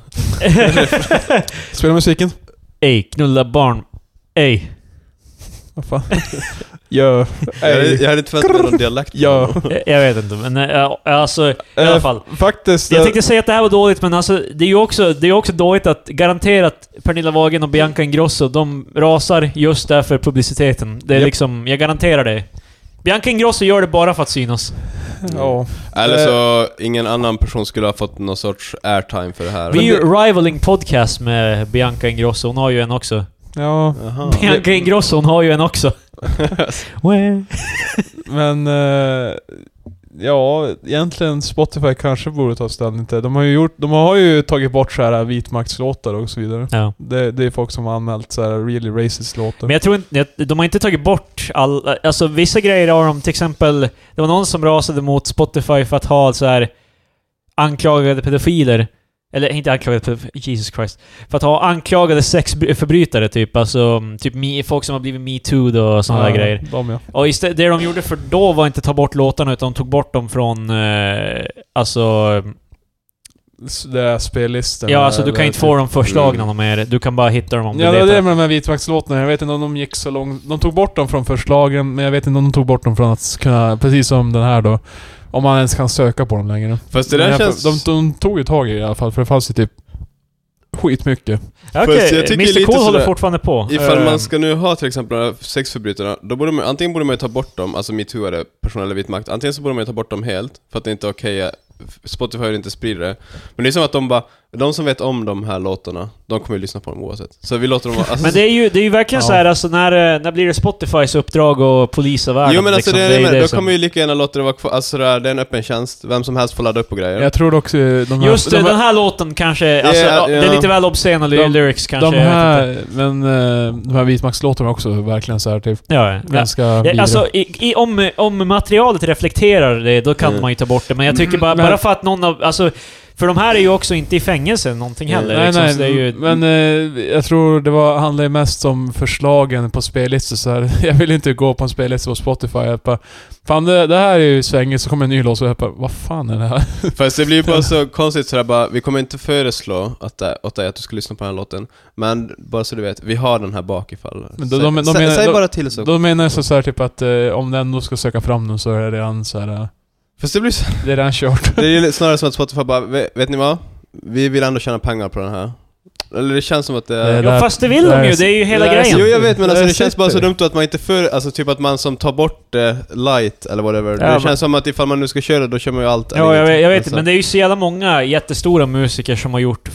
Spelar musiken? Ey, knulla barn. Ey. Vad fan? Ja. Jag hade inte förväntat mig någon dialekt. Ja. Jag vet inte, men alltså i alla fall. Faktiskt. Jag tänkte säga att det här var dåligt, men alltså det är ju också dåligt att garanterat Pernilla Wahlgren och Bianca Ingrosso, de rasar just därför publiciteten. Det är liksom, jag garanterar det. Bianca Ingrosso gör det bara för att synas. Ja. Eller så ingen annan person skulle ha fått någon sorts airtime för det här. Vi är ju rivaling podcast med Bianca Ingrosso, hon har ju en också. Ja. Bianca Ingrosso, hon har ju en också. Men ja, egentligen Spotify kanske borde ta ställning till. De har ju tagit bort så här vitmaktslåtar och så vidare. Ja. Det är folk som har anmält så här really racist låtar. Men jag tror inte de har inte tagit bort alltså vissa grejer har de, till exempel det var någon som rasade mot Spotify för att ha så här anklagade pedofiler. Eller inte anklagade, Jesus Christ. För att ha anklagade sexförbrytare typ. Alltså typ folk som har blivit MeToo och såna där grejer. Och det de gjorde för då var inte ta bort låtarna, utan de tog bort dem från alltså... Det är spellistan. Ja, alltså du kan inte få dem förslagna någon mer. Du kan bara hitta dem om du letar. Ja, det är med de här vitmaktslåtarna. Jag vet inte om de gick så långt. De tog bort dem från förslagen, men jag vet inte om de tog bort dem från att kunna... Precis som den här då. Om man ens kan söka på dem längre. Fast det där känns... De tog ju tag i alla fall, för det fanns ju typ skitmycket. Okej, Mr. Cool håller fortfarande på. Ifall man ska nu ha till exempel sexförbrytarna, då borde man, antingen borde man ju ta bort dem, alltså MeToo-are, personella vit makt. Antingen så borde man ju ta bort dem helt, för att det inte är okej. Spotify har inte sprider det. Men det är som att de som vet om de här låtarna, de kommer ju lyssna på dem oavsett. Så vi låter dem... Alltså, men det är ju verkligen så här, alltså när blir det Spotifys uppdrag och polisa världen? Jo, men alltså liksom, då kommer ju lika gärna låta det vara kvar. Alltså det är en öppen tjänst, vem som helst får ladda upp på grejer. Jag tror också den här låten kanske, alltså, det är lite väl obscena lyrics kanske. De här vitmaktslåtarna också verkligen så här typ. Ja, ganska alltså om materialet reflekterar det, då kan man ju ta bort det. Men jag tycker bara för att någon av... Alltså, För de här är ju också inte i fängelse någonting heller. Nej, liksom, nej, så det är ju... men jag tror handlar ju mest om förslagen på spellistor så här. Jag vill inte gå på en spellista på Spotify. Jag bara, fan det här är ju svängigt, så kommer en ny låt och jag bara, vad fan är det här? Fast det blir ju bara så konstigt sådär bara, vi kommer inte föreslå åt dig att du ska lyssna på den här låten. Men bara så du vet, vi har den här bak ifall. Men Säg bara till så. Då menar jag så här typ att om den ändå ska söka fram den så är det redan så här. Fast det blir så... Det är redan kört. Det är ju snarare som att Spotify bara, vet ni vad? Vi vill ändå tjäna pengar på den här. Eller det känns som att det är... Ja, fast det vill de ju, det är ju hela grejen. Jo, jag vet, men alltså, det känns bara så dumt att man inte alltså typ att man som tar bort light eller whatever. Ja, det känns som att ifall man nu ska köra, då kör man ju allt. Ja, jag vet alltså. men det är ju så jävla många jättestora musiker som har gjort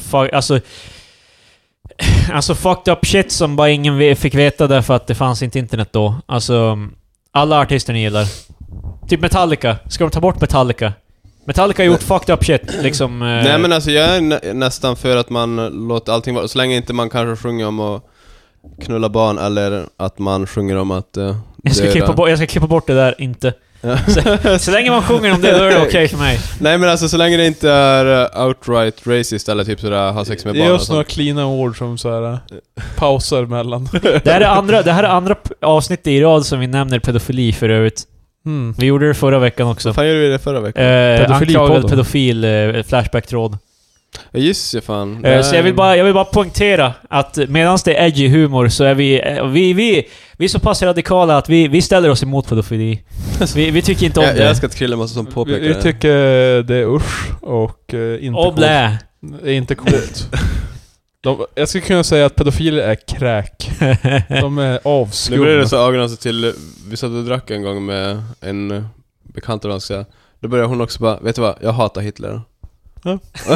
alltså fucked up shit som bara ingen fick veta därför att det fanns inte internet då. Alltså, alla artister ni gillar. Typ Metallica. Ska de ta bort Metallica? Metallica har gjort fucked up shit, liksom... Nej, men alltså jag är nästan för att man låter allting vara... Så länge inte man kanske sjunger om att knulla barn, eller att man sjunger om att... jag ska klippa bort det där, inte. Ja. Så länge man sjunger om det, då är det okej för mig. Nej, men alltså så länge det inte är outright racist eller typ sådär, ha sex med barn. Det är just några cleana ord som såhär pausar mellan. Det här är andra avsnitt i rad som vi nämner pedofili för övrigt. Vi gjorde det förra veckan också. Vad fan gjorde vi det förra veckan? Anklagad pedofil flashback-tråd. Ja, just det, fan. Så jag vill bara poängtera att medan det är edgy humor så är vi är så pass radikala att vi ställer oss emot pedofili. Vi tycker inte om det. Jag älskar att Krille måste som påpekar vi tycker det är usch och inte och blä. Det är inte coolt. Jag skulle kunna säga att pedofiler är kräk. De är avskumma. Nu blir det så ögonen till... Vi satt och drack en gång med en bekant av oss. Då började hon också bara, vet du vad? Jag hatar Hitler. Ja.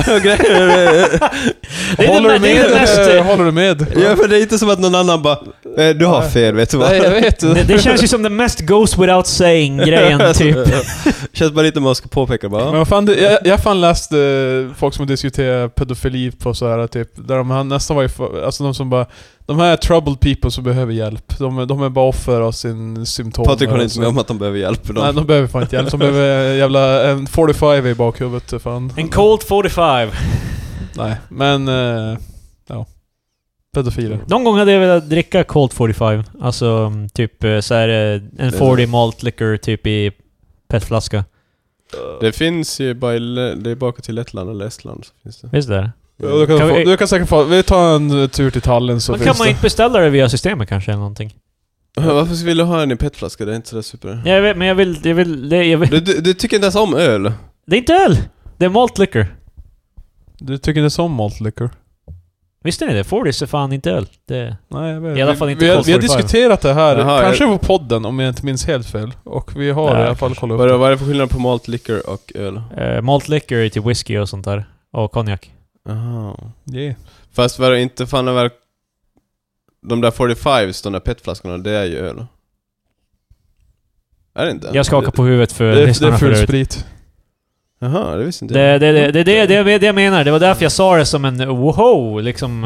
Håller du med? Ja, för det är inte som att någon annan bara, du har fel, vet du vad? Nej, jag vet. Det känns ju som the mest goes without saying grejen typ. Känns bara lite man ska påpeka bara. Men vad fan, jag fan läst folk som diskuterar pedofili på så här typ, där de nästan var ju, alltså de som bara, de här troubled people som behöver hjälp. De är bara offer av sin symptom. Patrik har inte med om att de behöver hjälp. Nej, de behöver fan inte hjälp. De behöver en 45 i bakhuvudet fan. En cold 45. Nej, men ja. Pedofiler. Någon gång hade jag velat dricka cold 45. Alltså typ så här en 40 malt liquor typ i petflaska. Det finns ju bara det är bakåt till Lettland eller Estland så finns det. Visst det? Ja, du kan säkert få. Vi tar en tur till Tallinn så men kan man inte beställa det via systemet kanske eller någonting? Varför vill du ha en i petflaska? Det är inte så där super. Jag vet, men jag vill Du tycker inte ens om öl? Det är inte öl. Det är malt liquor. Du tycker inte om malt liquor? Visste ni det? 40 är fan inte öl. Nej, jag vet. I alla fall inte vi har diskuterat det här. Jaha, kanske på podden om jag inte minns helt fel. Och vi har i alla fall kollat upp det. Vad är det för skillnad på malt liquor och öl? Malt liquor är till whisky och sånt där. Och konjak. Aha. Yeah. Fast var det inte fan väl de där 45s, de där petflaskorna, det är ju öl. Är det inte? Jag skakar på huvudet för det är lyssnarna full förut. sprit. Jaha, det visste inte jag. Det är det jag menar. Det var därför jag sa det som en wow, liksom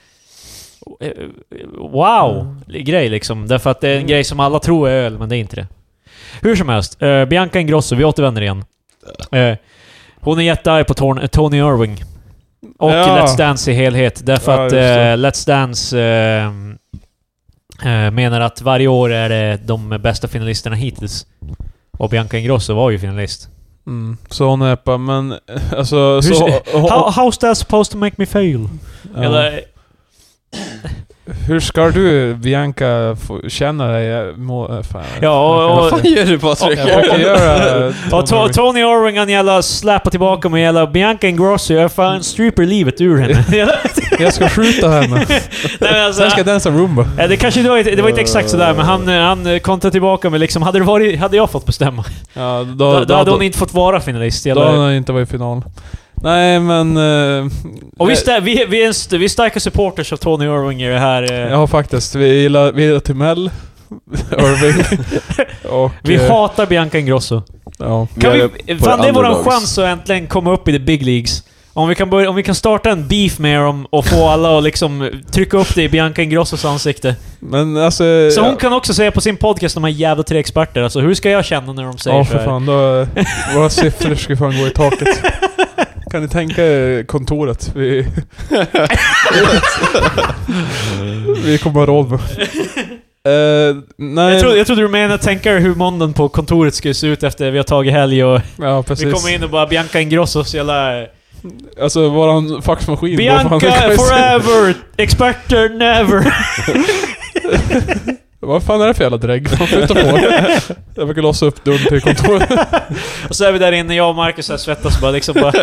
wow grej liksom. Därför att det är en grej som alla tror är öl, men det är inte det. Hur som helst, Bianca Ingrosso, vi återvänder igen. Hon är jättearg på Tony Irving. Och Let's Dance i helhet. Därför att Let's Dance menar att varje år är det de bästa finalisterna hittills. Och Bianca Ingrosso var ju finalist. Så hon är på, men alltså... How's that supposed to make me feel? Ja. Eller... Hur ska du, Bianca, få känna dig? Vad fan gör du, Patrik? Och Tony Irving han jävla släpper tillbaka med jävla Bianca Ingrosso. Jag fan stryper livet ur henne. Jag ska skjuta henne. Nej, alltså, sen ska jag dansa rumba. Det var inte exakt sådär, men han kontrade tillbaka med liksom, hade jag fått bestämma. Ja, då hade hon inte fått vara finalist. Då hade hon inte varit i final. Nej, men... och vi är starka supporters av Tony Irving i det här... Ja, faktiskt. Vi gillar Timell Irving. Och, vi hatar Bianca Ingrosso. Ja. Det är våran chans att äntligen komma upp i the big leagues. Om vi kan starta en beef med dem och få alla att liksom trycka upp det i Bianca Ingrossos ansikte. Men alltså... Så hon kan också säga på sin podcast, de här jävla 3 experter. Alltså, hur ska jag känna när de säger för fan, då... Våra siffror ska fan gå i taket. Kan ni tänka er kontoret? Vi kommer ha råd med. Nej. Jag trodde du menade tänka er hur måndagen på kontoret skulle se ut efter vi har tagit helg och Ja, precis. vi kommer in och bara Bianca Ingrosso så jävla... Alltså våran faxmaskin. Bianca forever! Experter never! Vad fan är det för jävla drägg? Man får inte på det. Jag brukar låsa upp dörren till kontoret. Och så är vi där inne, jag och Marcus här svettas bara liksom bara...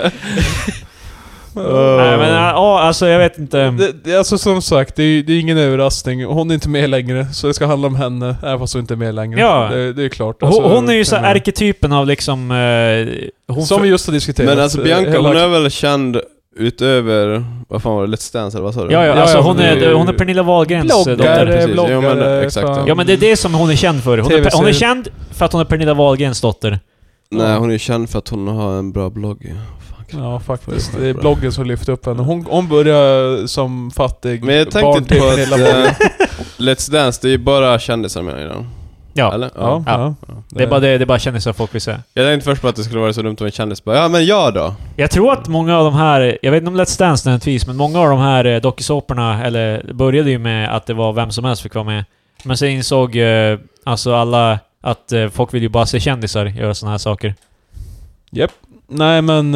Nej men ja, alltså jag vet inte. Det, alltså som sagt, det är ingen överraskning. Hon är inte med längre, så det ska handla om henne, även fast hon inte är med längre. Ja. Det är klart. Alltså, hon är ju så ärketypen av liksom... som vi just har diskuterat. Men alltså Bianca, hon är väl känd utöver... Vad fan var det? Let's Dance eller vad sa du? Ja, alltså hon är Pernilla Wahlgrens dotter. Bloggare, ja, men, exakt. Ja men det är det som hon är känd för. Hon är känd för att hon är Pernilla Wahlgrens dotter. Nej, hon är känd för att hon har en bra blogg. Ja, faktiskt. Det är bloggen som lyfter upp henne. Hon börjar som fattig. Men jag tänkte på att Let's Dance, det är ju bara kändisar med i den. Ja. Eller? Ja. Det är bara kändisar folk vill säga. Jag tänkte först på att det skulle vara så dumt om en kändis bara, ja men jag då? Jag tror att många av de här, jag vet inte om Let's Dance nödvändigtvis, men många av de här dokusåporna, eller började ju med att det var vem som helst fick vara med. Men sen insåg alltså alla att folk vill ju bara se kändisar göra såna här saker. Japp. Nej men...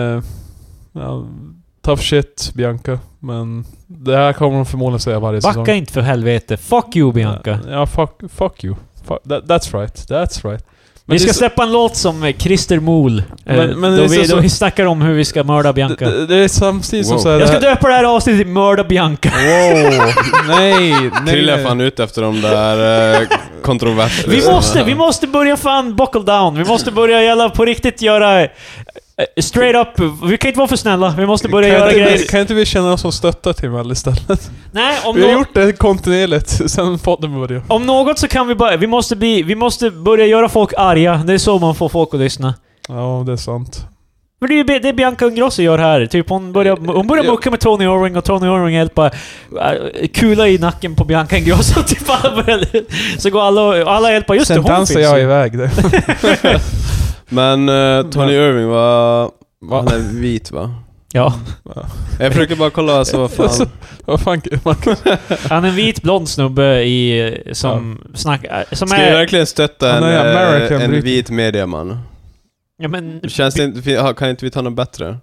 tough shit, Bianca. Men det här kommer de förmodligen säga varje säsong. Backa inte för helvete. Fuck you, Bianca. Ja, fuck you. That's right. Men vi ska släppa en låt som Christer Mool. Då vi snackar om hur vi ska mörda Bianca. Det är samtidigt som såhär... Jag ska döpa det här avsnittet till Mörda Bianca. Wow. nej. Krille är fan ut efter de där kontroverser. Vi måste börja fan buckle down. Vi måste börja jävla på riktigt göra... straight up. Vi kan inte vara för snälla. Vi måste börja göra grejer. Kan inte vi känna oss som stöttar till Mel istället? Nej, vi har gjort det kontinuerligt sen podden började. Om något så kan vi bara... Vi måste börja göra folk arga. Det är så man får folk att lyssna. Ja, det är sant. Men det är det Bianca Ingrosso gör här. Typ hon börjar mucka med Tony Irving och Tony Irving hjälpa kula i nacken på Bianca Ingrosso. Typ så går alla hjälpa. Just sen det, hon dansar jag iväg det. Men Tony Irving han är vit va? Ja. Jag försöker bara kolla så vad fan han är en vit blond snubbe som snackar... Ska jag verkligen stötta en vit mediaman? Ja, men... Känns det inte, kan inte vi ta något bättre?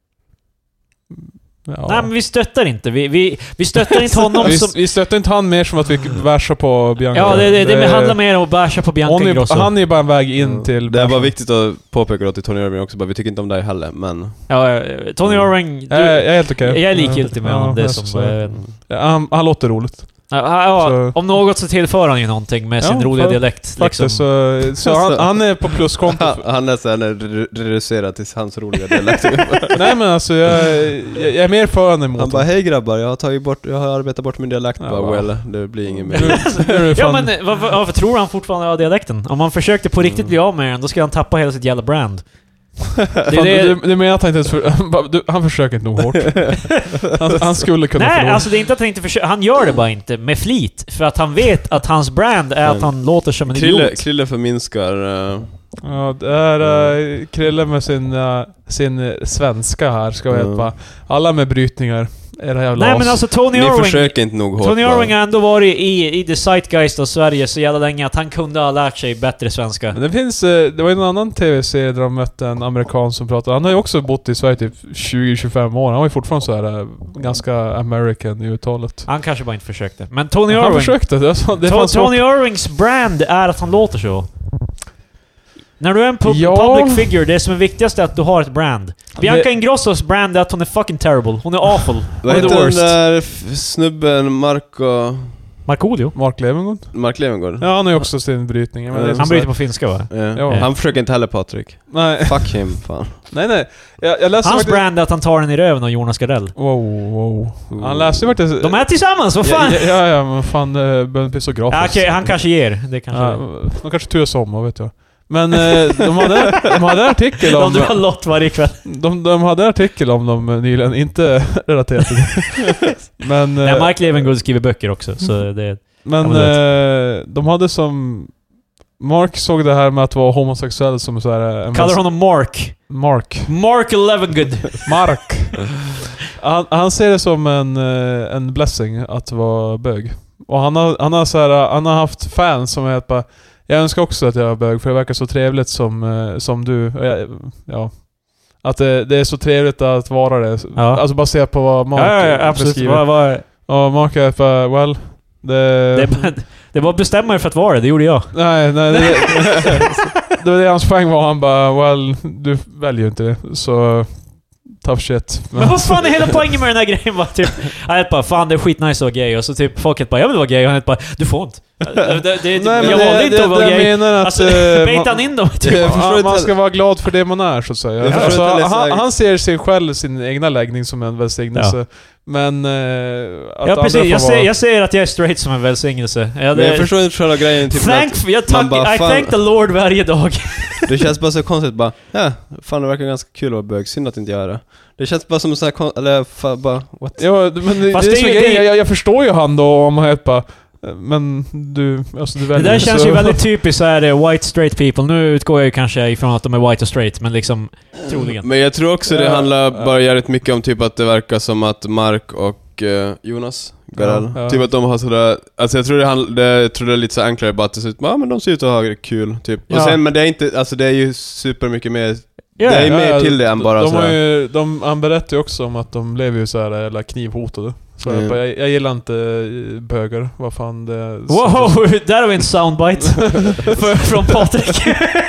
Ja. Nej, men vi stöttar inte. Vi stöttar inte honom vi stöttar inte han mer som att vi bärsar på Bianca. Ja, det handlar mer om att bärsa på Bianca Ingrosso. Han är bara en väg in till... Det är bara viktigt att påpeka då till Tony Irving också. Vi tycker inte om dig heller, men... Ja, Tony Irving... Jag är helt okej. Jag är likgiltig med honom. Det som... han låter roligt. Ja, om något så tillför han ju någonting med sin roliga dialekt. Faktiskt, liksom. så han är på pluskonto. Han är sen reducerad till hans roliga dialekt. Nej men alltså, jag är mer för än emot. Han bara, hej grabbar, jag har arbetat bort min dialekt. Ja, bara, well, det blir ingen mer. Ja men, varför tror han fortfarande har dialekten? Om han försökte på riktigt bli av med den, då ska han tappa hela sitt jävla brand. Du menar att han inte han försöker inte nog hårt. Han skulle kunna Nej, förlora. alltså det är inte att han inte försöker. Han gör det bara inte med flit. För att han vet att hans brand är att han låter som en idiot. Krille förminskar... Ja, det är Krille med sin svenska här ska hjälpa. Alla med brytningar. Nej men alltså Tony Irving... försöker inte nog hårt. Tony Irving har ändå varit i the zeitgeist av Sverige så jävla länge att han kunde ha lärt sig bättre svenska. Men det var en annan tv-serie där de mötte en amerikan som pratade. Han har ju också bott i Sverige typ 20-25 år. Han var ju fortfarande så här ganska American i uttalet. Han kanske bara inte försökte. Men Tony Irving... Han försökte. Tony Irvings brand är att han låter så. När du är en public figure, det som är viktigast är att du har ett brand. Bianca Ingrossos brand är att hon är fucking terrible. Hon är awful. Vad heter den där snubben Markoolio? Mark Levengood. Ja, han har ju också sin brytning. Men han bryter på finska va? Ja. Han försöker inte heller, Patrik. Nej. Fuck him, fan. Nej. Jag läste hans brand är att han tar den i röven av Jonas Gardell. Wow. Han läste ju faktiskt... De är tillsammans, vad fan? Ja, men fan, det börjar bli så grafiskt. Okej, han kanske ger. Det kanske de kanske turas om, vad vet jag. Men de hade artikel om... De drar lott varje kväll. De hade artikel om dem nyligen, inte relaterat till det. Men... Mark Levengood skriver böcker också, så det... Men de hade som... Mark såg det här med att vara homosexuell som så här... Kallar honom Mark. Mark Levengood. Mark. Han ser det som en blessing att vara bög. Och han har haft fans som är bara... Jag önskar också att jag var bög, för det verkar så trevligt som du. Ja. Att det är så trevligt att vara det. Ja. Alltså bara se på vad Mark absolut. beskriver. Och Mark är bara, well... Det var bestämma dig för att vara det gjorde jag. Nej. Det var det hans poäng var. Han bara, well, du väljer ju inte det. Så... tough shit. Men vad fan är hela poängen med den här grejen? Var typ, han bara, fan det är skitnice att vara gay. Och så typ folket bara, jag vill vara gay. Och han bara, du får inte. Jag valde inte att vara gay. Alltså, bejta han in dem typ. Man ska vara glad för det man är, så att säga. Alltså, han ser sig själv, sin egna läggning som en välsignelse. Ja. Men ja, precis. Jag säger att jag är straight som en välsignelse. Jag förstår inte själva grejen. Typ I thank the Lord varje dag. Det känns bara så konstigt. Bara, ja, fan det verkar ganska kul att vara bög. Synd att inte göra det. Det känns bara som en sån här... Eller bara... What? Ja, men fast jag förstår ju han då om han bara... Men du väljer. Det där känns ju väldigt typiskt så här white straight people. Nu utgår jag ju kanske ifrån att de är white och straight, men liksom troligen. Men jag tror också det handlar bara jävligt mycket om typ att det verkar som att Mark och Jonas Garell, typ att de har sådär... Alltså jag tror det är lite så enklare bara att det ser ut, ja men de ser ut att ha det kul typ. Och sen, men det är inte, alltså det är ju super mycket mer. Det är mer till det än bara han berättar ju också om att de lever ju så här eller knivhotade. Så jag gillar inte bögar. Vad fan det är. Wow, där har vi en soundbite från Patrik.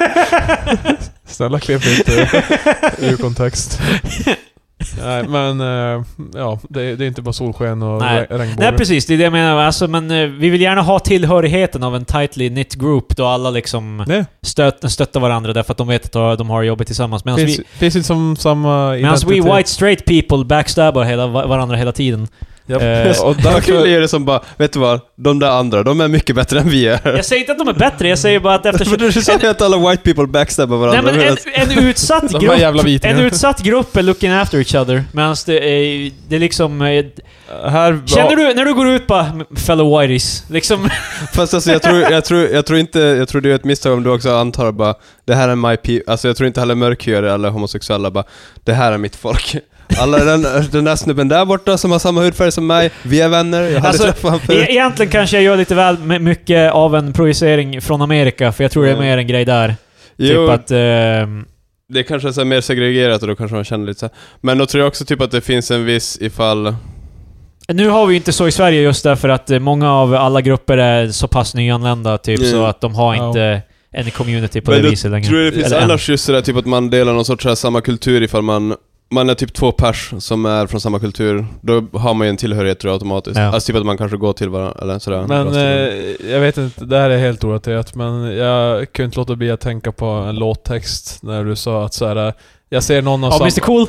Snälla klipp inte ur kontext. Nej, men ja, det är inte bara solsken och regnbågar. Nej, precis. Det är det jag menar. Alltså, men vi vill gärna ha tillhörigheten av en tightly knit group då alla liksom stöttar varandra därför att de vet att de har jobbet tillsammans. Finns inte som samma identitet. Medan we white straight people backstabbar varandra hela tiden. Och därför är det som bara, vet du vad? De där andra, de är mycket bättre än vi är. Jag säger inte att de är bättre, jag säger bara att eftersom... du säger att alla white people backstabbar varandra. Nej, men en utsatt grupp är looking after each other. Medan det är liksom... Känner du när du går ut på fellow whiteys? Liksom... Fast alltså jag tror det är ett misstag om du också antar bara, det här är my people. Alltså jag tror inte heller mörkhyade eller homosexuella bara, det här är mitt folk. Alla den där snubben där borta som har samma hudfärg som mig, vi är vänner. Jag hade träffat honom förut. Egentligen kanske jag gör lite väl mycket av en projicering från Amerika, för jag tror det är mer en grej där. Jo, typ att... det kanske är så mer segregerat och då kanske man känner lite så här. Men då tror jag också typ att det finns en viss ifall... Nu har vi inte så i Sverige just därför att många av alla grupper är så pass nyanlända typ, så att de har inte en community på det viset längre. Men tror du det finns annars just sådär typ att man delar någon sorts samma kultur ifall man är typ 2 pers som är från samma kultur, då har man ju en tillhörighet tror jag, automatiskt. Alltså typ att man kanske går till varandra eller sådär. Men jag vet inte, det här är helt orätterat, men jag kunde inte låta bli att tänka på en låttext när du sa att såhär, jag ser någon av Mr. Cool?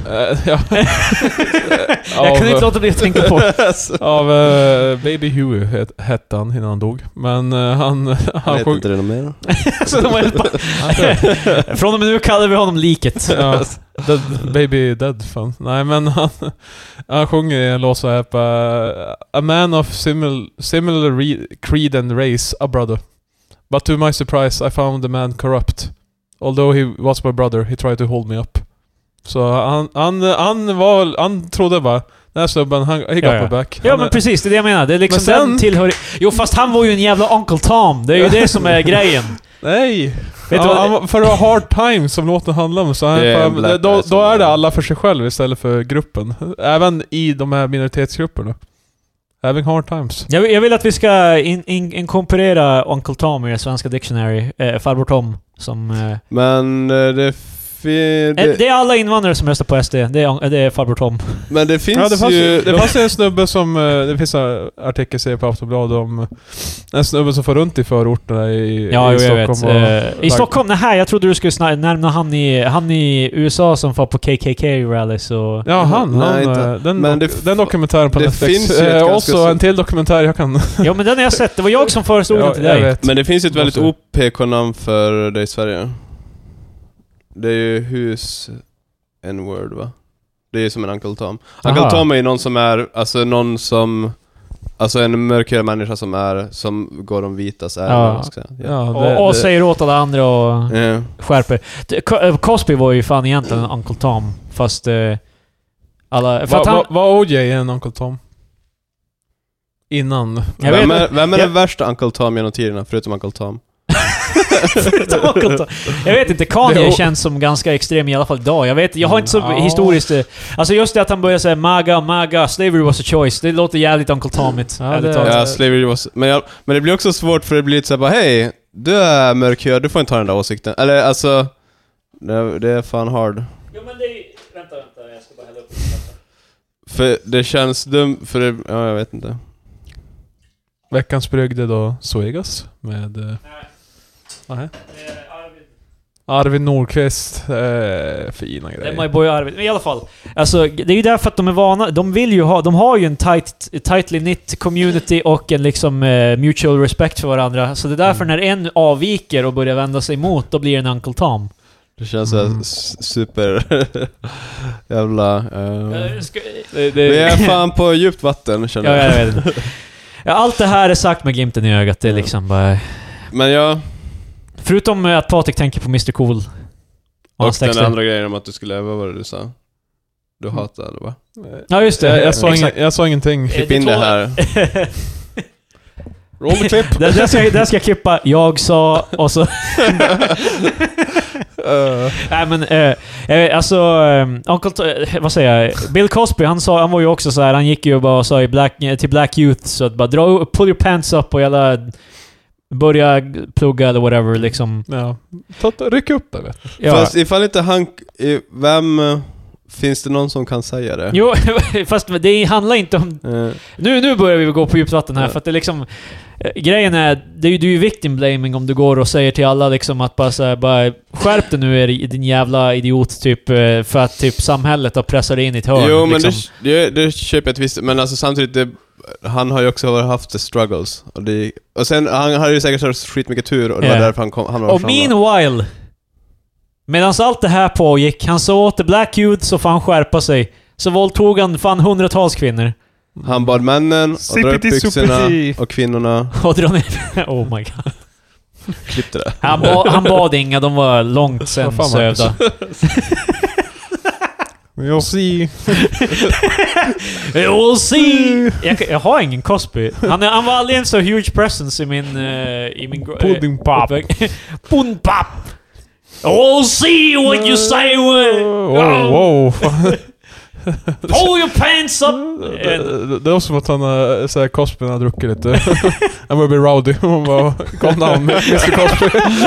Jag kunde inte låta bli att tänka på av Baby Huey hette han innan han dog. Men han vet inte det någon mer. Så de var från och med nu kallar vi honom liket. Baby Dead fan. Nej, men han sjunger i en låt så här på A man of similar creed and race, a brother. But to my surprise I found the man corrupt. Although he was my brother, he tried to hold me up. Så han trodde bara, den här snubben, he got my back. Ja, men precis, det är det jag menar. Det är liksom den tillhör... Jo, fast han var ju en jävla Uncle Tom. Det är ju det som är grejen. Nej. För att ha hard time som låten handlar om, så då är det alla för sig själv istället för gruppen. Även i de här minoritetsgrupperna. Having hard times. Jag vill att vi ska inkorporera Uncle Tom i det svenska dictionary. Farbror Tom som... Men det är alla invandrare som röstar på SD. Det är Farbror Tom. Men det finns det fanns en snubbe som... Det finns en artikelserie på Aftonbladet om en snubbe som får runt i förorterna i Stockholm. I Stockholm? Nej, jag trodde du skulle nämna han i USA som får på KKK-rallys och... Ja, den dokumentären på Netflix. Också en till dokumentär jag kan... Ja, men den har jag sett. Det var jag som föreslog den till dig. Men det finns ju ett väldigt OPK-namn för det i Sverige. Det är ju hus N-word, va? Det är ju som en Uncle Tom. Uncle Tom är ju någon som är, alltså någon som, Alltså en mörkare människa som går de vitas och säger åt alla andra och skärper. Cosby var ju fan egentligen en Uncle Tom, fast alla... Var OJ en Uncle Tom? Innan. Vem är den värsta Uncle Tom genom tiderna, förutom Uncle Tom? Jag vet inte, Kanye känns som ganska extrem i alla fall idag. Jag har inte så historiskt... Alltså just det att han börjar säga MAGA, slavery was a choice. Det låter jävligt Uncle Tomigt. Ja, slavery was... Men det blir också svårt, för det blir lite såhär bara, hej, du är mörkhyad, du får inte ta den där åsikten. Eller alltså... Det är fan hard. Jo men det är... Vänta, jag ska bara hälla upp. För det känns dumt, för det... Ja, jag vet inte. Veckans brygde då Suegas med... Nej. Arvid Nordqvist, fina grejer. Det är my boy Arvid. Men i alla fall, alltså, det är ju därför att de är vana. De har ju en tightly knit community och en liksom mutual respect för varandra. Så det är därför när en avviker och börjar vända sig emot, då blir det en Uncle Tom. Det känns super jävla... Det är fan på djupt vatten, känner jag. Jag vet. Ja, allt det här är sagt med glimten i ögat. Det är liksom bara... Men jag... Förutom att Patrik tänker på Mr. Cool. Och den andra grejen om att du skulle... Vad var det du sa? Du hatade, va? Ja, just det. Jag sa ingenting. Klipp in det här. Roll the clip. Där ska jag klippa. Jag sa... Och så... Nej men alltså vad säger jag? Bill Cosby, han var ju också så här, han gick ju bara och sa till Black Youth så att bara pull your pants up och jävla börja plugga eller whatever liksom. Ja. Ryck upp det, vet du. Ja. Fast ifall inte han... Finns det någon som kan säga det? Jo, fast det handlar inte om... Nu börjar vi gå på djupt vatten här, för att det liksom... Grejen är, du är ju victim blaming om du går och säger till alla liksom att bara skärp dig nu din jävla idiot typ, för att typ samhället har pressat in i ett hörn. Jo, liksom. men det köper jag ett visst... Men alltså samtidigt, han har ju också haft struggles. Och sen, han hade ju säkert skitmycket tur, och det var därför han var och meanwhile... Medan allt det här pågick, han sa åt Black Youth så fan skärpa sig. Så våldtog han fan hundratals kvinnor. Han bad männen och dra upp byxorna och kvinnorna. Och dra ner... Oh my god. Klippte det. Han bad inga, de var långt sen sövda. You'll see. You'll see. Jag har ingen Cosby. Han var aldrig en så huge presence i min Pudding pop. Pudding pop. We'll see what you say. Wow. Pull your pants up. Det är också som att han säger Cosby har druckit lite. Han börjar bli rowdy. Han bara, kom down, Mr. Cosby.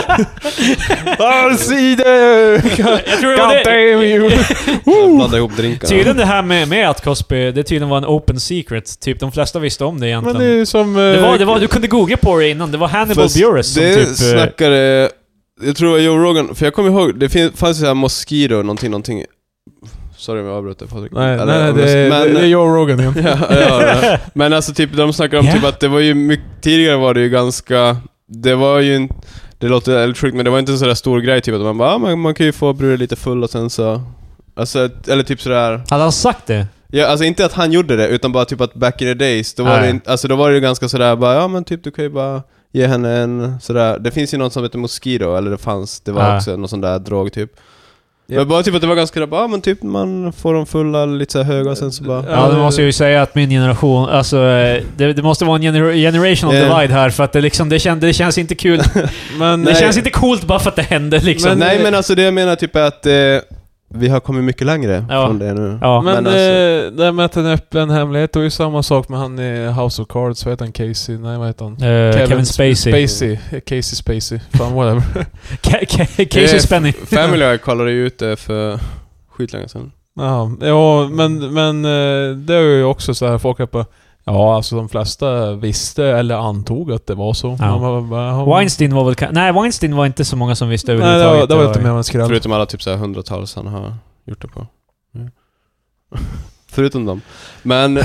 I'll see there. Jag tror God damn you. Blandade ihop drinkarna. Tydligen det här med att Cosby, det tydligen var en open secret. Typ de flesta visste om det egentligen. Men det är som... det var, du kunde googla på det innan. Det var Hannibal Buress som det typ... snackade... Jag tror Joe Rogan, för jag kommer ihåg, det fanns ju såhär Mosquito, någonting. Sorry om jag avbröt det, Patrik. Nej, det är Joe Rogan igen. ja. Men alltså typ, de snackar om typ att det var ju mycket, tidigare var det ju ganska, det var ju, det låter väldigt sjukt, men det var inte en sådär stor grej typ att man bara, man kan ju få bruden lite full och sen så, alltså, eller typ sådär. Hade han sagt det? Ja, alltså inte att han gjorde det, utan bara typ att back in the days, då var det, alltså då var det ju ganska sådär, bara, ja men typ du kan ju bara ge henne en sådär, det finns ju något som heter Mosquito, eller det var också någon sån där drog typ. Yep. Men bara typ att det var ganska bra, men typ man får dem fulla lite så höga och sen så bara... Ja, det måste jag ju säga att min generation, alltså det måste vara en generational divide här, för att det liksom, det känns inte kul. Men det känns inte coolt bara för att det hände liksom. Men alltså det jag menar typ är att vi har kommit mycket längre från det nu. Ja. Men alltså, det med en öppen hemlighet, det är ju samma sak med han i House of Cards, vad heter han? Casey? Nej, vad heter han? Kevin Spacey. Casey Spacey. Fan, whatever. Casey Spenny. Family Guy kollade ju ut det för skitlänge sedan. Ja, men det är ju också så här, folk är på... Ja, alltså de flesta visste eller antog att det var så. Ja. Weinstein var väl... Nej, Weinstein var inte så många som visste överhuvudtaget. Nej, det var inte mer än en skräll. Förutom alla typ så här hundratals han har gjort det på. Ja. Förutom dem. Men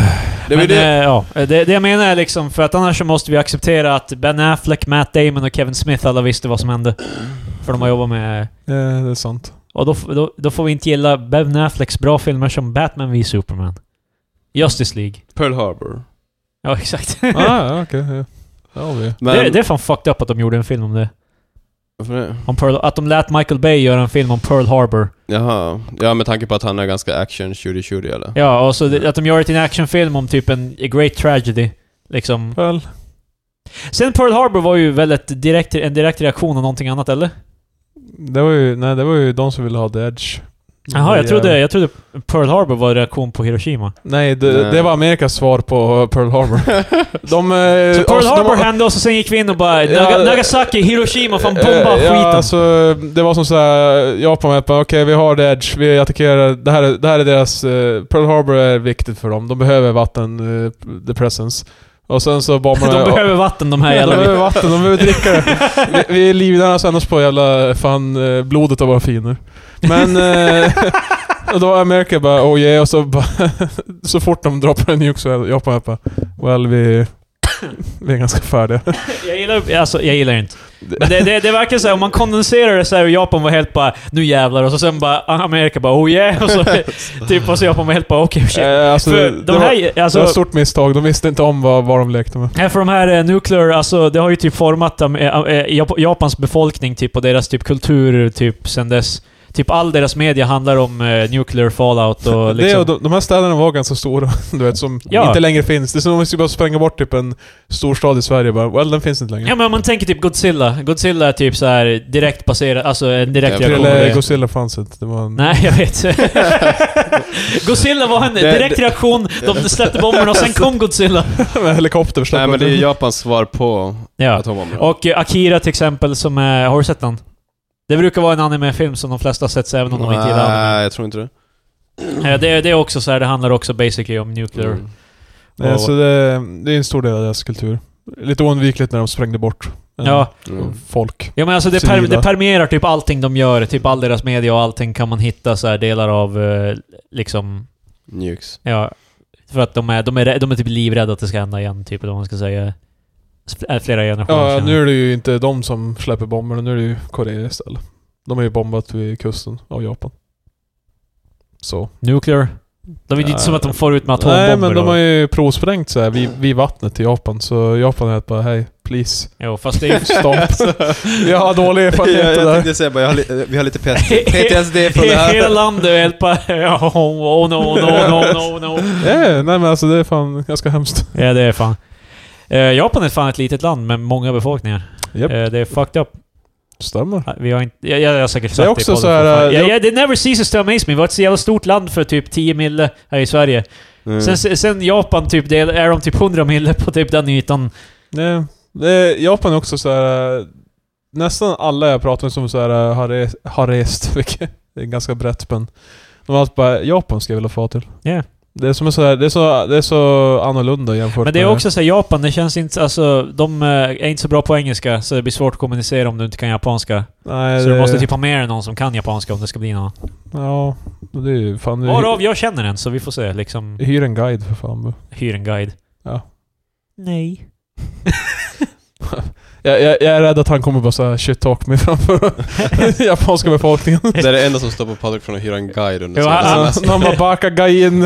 det jag menar är liksom, för att annars så måste vi acceptera att Ben Affleck, Matt Damon och Kevin Smith alla visste vad som hände. För de har jobbat med... det är sant. Och då får vi inte gilla Ben Afflecks bra filmer som Batman v Superman, Justice League, Pearl Harbor. Ja, exakt. Okej. Ja. Ja, vi. Men, Det är fan fucked up att de gjorde en film om det. varför det? Att de lät Michael Bay göra en film om Pearl Harbor. Jaha. Ja, med tanke på att han är ganska action shooty eller? Ja, och så att de gör en actionfilm om typ en a great tragedy. Liksom. Väl. Sen Pearl Harbor var ju väl en direkt reaktion av någonting annat, eller? Det var ju de som ville ha The Edge. Jaha, jag trodde Pearl Harbor var en reaktion på Hiroshima. Nej, det var Amerikas svar på Pearl Harbor. Så Pearl Harbor hände och så sen gick vi in och bara Nagasaki, Hiroshima, fan bomba skiten. Ja, alltså det var som såhär, Japan med okej, vi har The Edge, vi attackerar, det här är deras, Pearl Harbor är viktigt för dem, de behöver vatten, the presence. Och sen så bombarna... De behöver vatten, de här jävla... De behöver vatten, de behöver dricka det. Vi är livnärna sen oss på jävla fan blodet av våra fiender. Men... och då är Amerika bara, oh yeah, och så bara... så fort de droppar en nuke så är Japan bara, well, vi är ganska färdiga. Jag gillar inte. Men det verkar så här, om man kondenserar det så här, och Japan var helt bara, nu jävlar, och så sen bara, Amerika bara, oh yeah, och så typ, och så Japan var helt bara, okej, shit. Alltså, för det var ett stort misstag, de visste inte om vad de lekte med. För de här nuclear, alltså det har ju typ format Japans befolkning typ, och deras typ kultur typ sen dess. Typ all deras media handlar om nuclear fallout och liksom... Det och de här städerna var ganska stora, du vet, som inte längre finns. Det är som om vi skulle bara spränga bort typ en storstad i Sverige bara, well, den finns inte längre. Ja, men om man tänker typ Godzilla. Godzilla är typ så här direkt baserad, alltså en direkt reaktion. Eller Godzilla fanns inte, det var en... Nej, jag vet. Godzilla var en direkt reaktion, de släppte bomberna och sen kom Godzilla. Med helikopter. Nej, men det är Japans svar på atombomberna. Och Akira till exempel, som är... Har du sett den? Det brukar vara en anime-film som de flesta har sett, även om de inte gillar anime. Nej, jag tror inte det. Det är också så här, det handlar också basically om nuclear. Nej, så det är en stor del av deras kultur. Lite oundvikligt när de sprängde bort folk. Ja, men alltså det permerar typ allting de gör, typ all deras media och allting kan man hitta så här delar av liksom... Nukes. Ja, för att de är typ livrädda att det ska hända igen, typ, eller vad man ska säga. Flera generationer. Ja, nu är det ju inte de som släpper bomberna, nu är det ju Korea istället. De har ju bombat vid kusten av Japan. Så. Nuclear? Det är inte som att de får ut med atombomber. Nej, men de har ju provsprängt så här vid vattnet till Japan. Så Japan är bara, hej, please. Jo, fast det är stopp. Jag har dålig erfarenhet där. Jag tänkte säga bara, vi har lite PTSD från det här. Hela landet är helt bara, oh no. Nej, men alltså det är fan ganska hemskt. Ja, det är fan. Japan är fan ett litet land med många befolkningar. Yep. Det är fucked up. Stämmer. Vi har inte... Jag har säkert sagt det också så här... det never ceases to amaze me. Det var ett så jävla stort land för typ 10 mille här i Sverige. Sen Japan typ, är de typ 100 mille på typ den ytan. Nej, Japan är också så här... Nästan alla jag pratar med som så här har rest, vilket är ganska brett, men de har alltid bara, Japan ska jag vilja få till. Yeah. Det är som så här, det är så annorlunda jämfört. Men det är också så här, Japan, det känns inte, alltså de är inte så bra på engelska, så det blir svårt att kommunicera om du inte kan japanska. Nej, så du måste typ ha med någon som kan japanska om det ska bli något. Ja, det är ju fan... Varav jag känner en, så vi får se liksom. Hyr en guide för fan. Hyr en guide. Ja. Nej. Jag är rädd att han kommer bara såhär shit-talk mig framför japanska befolkningen. Det är det enda som stoppar Patrik från att hyra en guide under han bara baka guiden.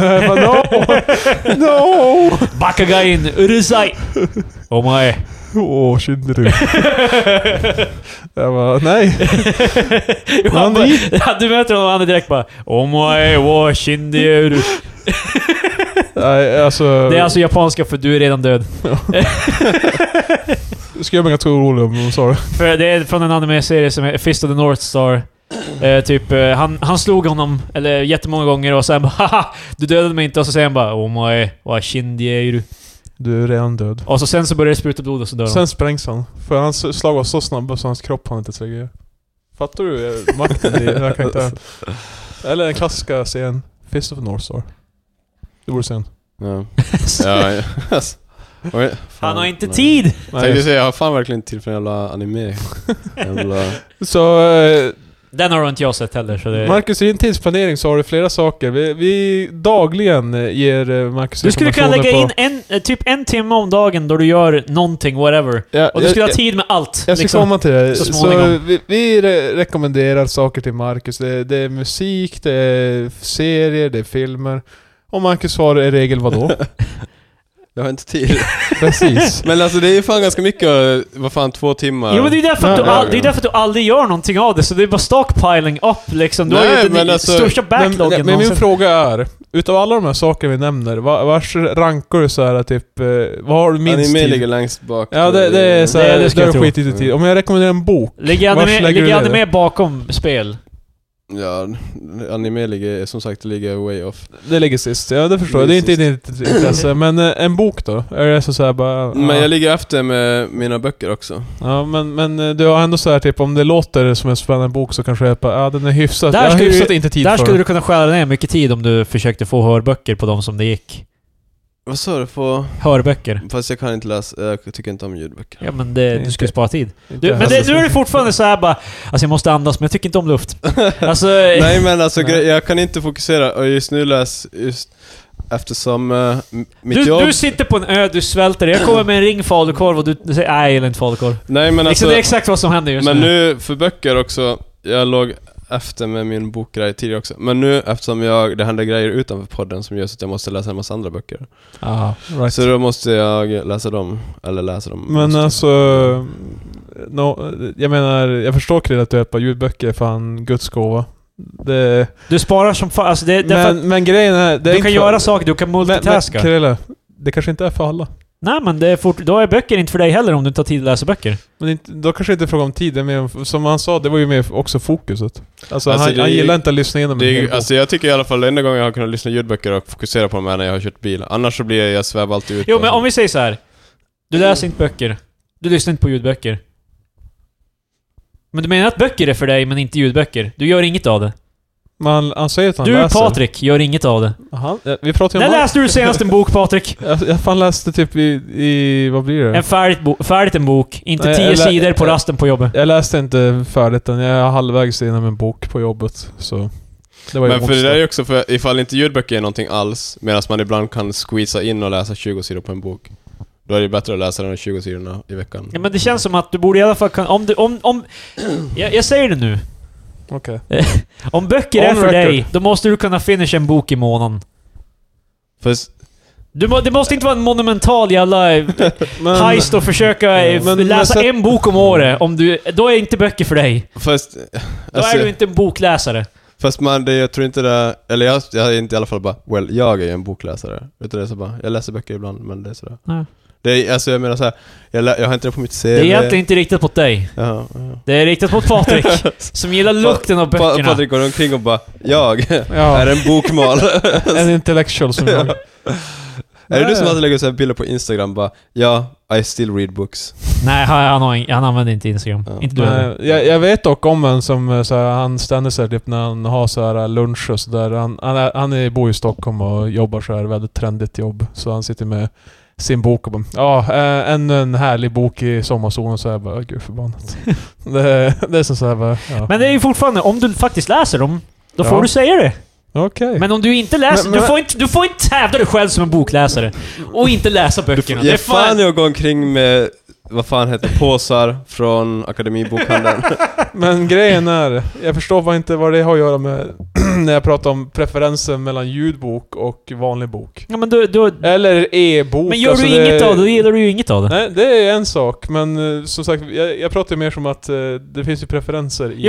No! Baka guiden, urusai! Oh my. Kände du? Jag bara, nej. Du möter honom och han är direkt bara omoe, shinde. Nej, alltså... Det är alltså japanska för du är redan död. Det ska jag bli ganska orolig om, sorry. För det är från en anime-serie som är Fist of the North Star. Han slog honom jättemånga gånger och sen bara haha, du dödade mig inte, och så säger han bara omoe wa shindieru. Du är redan död. Och så sen så börjar det spruta blod och så dör han. Sen sprängs han. För hans slag var så snabb så hans kropp hann inte reagera. Fattar du makten i den här karaktären? Eller den klassiska scenen Fist of the North Star. Det borde sen. Ja. Han har inte tid! Jag har fan verkligen inte tid för en jävla anime. Så... Den har inte jag sett heller, så det... Marcus, i en tidsplanering så har du flera saker. Vi dagligen ger Marcus... Du skulle kunna lägga in en timme om dagen då du gör någonting, whatever. Ja, och du skulle ha tid med allt. Jag ska liksom, komma till det. Så vi rekommenderar saker till Marcus. Det är musik, det är serier, det är filmer. Och Marcus svar är regel vadå? Jag har inte tid. Precis. Men alltså det är ju fan ganska mycket, vad fan, 2 timmar. Jo, men det är därför att du aldrig gör någonting av det, så det är bara stockpiling upp liksom. Du har ju den största backloggen. Men min fråga är, utav alla de här saker vi nämner, vars rankar du så här typ, vad har du minst Anime tid? ligger längst bak. Ja, det är så här, det ska jag tro. skit i tid. Om jag rekommenderar en bok, Ligger anime bakom spel? Ja, anime ligger way off. Det ligger sist, ja det förstår jag. Det är inte ditt intresse. Men en bok då? Är det så här bara... Men jag ligger efter med mina böcker också. Ja, men du har ändå så här typ, om det låter som en spännande bok så kanske jag bara, den är hyfsat. Där jag har skulle hyfsat inte tid där för skulle du kunna skära ner mycket tid om du försökte få hörböcker på dem som det gick. Vad sa du på? Hörböcker. Fast jag kan inte läsa, jag tycker inte om ljudböcker. Ja, men du skulle spara tid. Men nu heller. är det fortfarande så här bara, alltså jag måste andas, men jag tycker inte om luft. Alltså... Nej, men alltså jag kan inte fokusera och just nu eftersom mitt jobb... Du sitter på en ö, du svälter. Jag kommer med en ring falukorv och du säger nej, jag gillar inte falukorv. Nej, men alltså... Det är exakt vad som händer just men nu för böcker också, jag låg efter med min bokgrej tidigare också. Men nu, eftersom det händer grejer utanför podden som gör så att jag måste läsa en massa andra böcker. Right. Så då måste jag läsa dem. Men alltså... jag menar, jag förstår Krill att du är på ljudböcker är fan Guds gåva. Du sparar som fan. Alltså men grejen är... Du kan göra saker, du kan multitaska. Men Krille, det kanske inte är för alla. Nej, men då är böcker inte för dig heller om du inte har tid att läsa böcker. Men då kanske inte är fråga om tid, det är mer, som han sa, det var ju mer också fokuset. Alltså han det, gillar inte att lyssna igenom en alltså jag tycker i alla fall det enda gången jag har kunnat lyssna ljudböcker och fokusera på dem är när jag har kört bil. Annars så blir jag svävar alltid ut. Jo, men om vi säger så här. Du läser inte böcker. Du lyssnar inte på ljudböcker. Men du menar att böcker är för dig, men inte ljudböcker. Du gör inget av det. Han säger att han du, läser. Patrik, gör inget av det. Aha, vi pratar ju om... När läste du senast en bok, Patrik? Jag fan läste typ i vad blir det? En färdigt en bok. Inte 10 sidor på rasten på jobbet. Jag läste inte färdigt, jag är halvvägs igenom en bok på jobbet. Så det var ju men för det där är ju också, för ifall inte ljudböcker är någonting alls, medan man ibland kan squeeza in och läsa 20 sidor på en bok, då är det bättre att läsa den 20 sidorna i veckan. Ja, men det känns som att du borde i alla fall kunna... Jag säger det nu. Okej. Om böcker är för dig, då måste du kunna finish en bok i månaden. Det måste inte vara en monumental jävla heist och försöka läsa en bok om året. Då är inte böcker för dig. Då är du inte en bokläsare. Fast jag tror inte det... Eller jag är inte i alla fall bara... jag är ju en bokläsare. Vet du det, så bara... Jag läser böcker ibland, men det är sådär. Nej. Det är, alltså jag menar så här, jag har inte det på mitt CV. Det är egentligen inte riktat mot dig. Ja. Det är riktat mot Patrik, som gillar lukten av böckerna. Patrik går omkring och bara, jag är en bokmal. En intellectual som jag. Är det du som alltid lägger så här bilder på Instagram bara, I still read books? Nej, han använder inte Instagram. Ja. Inte du. Jag vet dock om en som så här, han ständer sig typ när han har så här lunch och så där. Han bor i Stockholm och jobbar så här väldigt trendigt jobb. Så han sitter med sin bok och bara, en härlig bok i sommarsolen, så jag bara, gud förbannat. det är så här bara, ja. Men det är ju fortfarande, om du faktiskt läser dem, då får du säga det. Okay. Men om du inte läser... Du får inte hävda dig själv som en bokläsare och inte läsa böckerna. Det är fan jag går omkring med... Vad fan heter påsar från Akademibokhandeln. Men grejen är, jag förstår inte vad det har att göra med när jag pratar om preferensen mellan ljudbok och vanlig bok. Ja, men eller e-bok. Men gör du inget av det, då gillar du ju inget av det. Nej, det är en sak. Men som sagt, jag pratar mer som att det finns ju preferenser i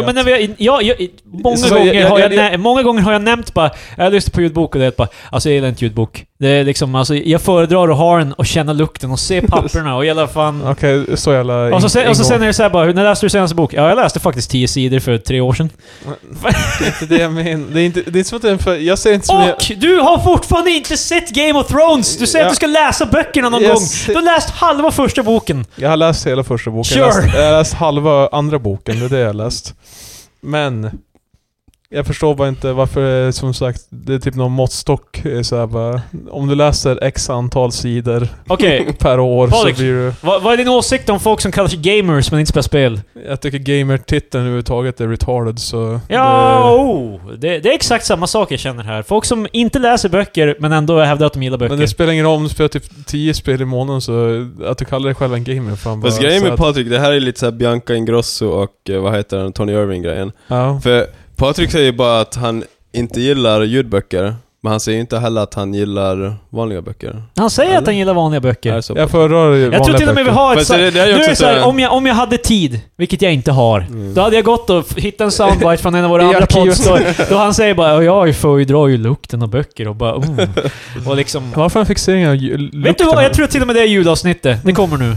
många gånger har jag nämnt bara, jag lyssnar på ljudbok och det är bara, alltså jag gillar inte ljudbok. Det är liksom, alltså jag föredrar att ha den och känna lukten och se papperna och gälla fan... Okej, så jävla... Och så sen är det såhär bara, när läste du senaste bok? Ja, jag läste faktiskt 10 sidor för 3 år sedan. Det är inte det jag menar. Det är inte som att det är jag ser inte som och du har fortfarande inte sett Game of Thrones! Du säger att du ska läsa böckerna någon gång. Du har läst halva första boken. Jag har läst hela första boken. Sure. Jag har läst halva andra boken, det är det jag har läst. Men... Jag förstår bara inte varför, som sagt, det är typ någon måttstock så här bara, om du läser x antal sidor per år Alex, så blir du... Vad är din åsikt om folk som kallar sig gamers men inte spelar spel? Jag tycker gamer-titeln överhuvudtaget är retarded, så... Ja, det är exakt samma sak jag känner här. Folk som inte läser böcker men ändå hävdar att de gillar böcker. Men det spelar ingen roll om du spelar typ 10 spel i månaden, så att du kallar dig själv en gamer. Fast grejen med Patrik, det här är lite så här Bianca Ingrosso och vad heter den, Tony Irving-grejen. Ja. För Patrik säger bara att han inte gillar ljudböcker, Men han säger ju inte heller att han gillar vanliga böcker. Han säger att han gillar vanliga böcker. Jag föredrar Jag tror till och med vi har ett... det är Nu är det också så här, om jag hade tid, vilket jag inte har, då hade jag gått och hittat en soundbite från en av våra I andra arkivet. pods. Då han säger bara, jag föredrar ju lukten av böcker och bara, och liksom... Varför en fixering av lukten? Vet du vad? Jag tror till och med det är ljudavsnittet. Det kommer nu.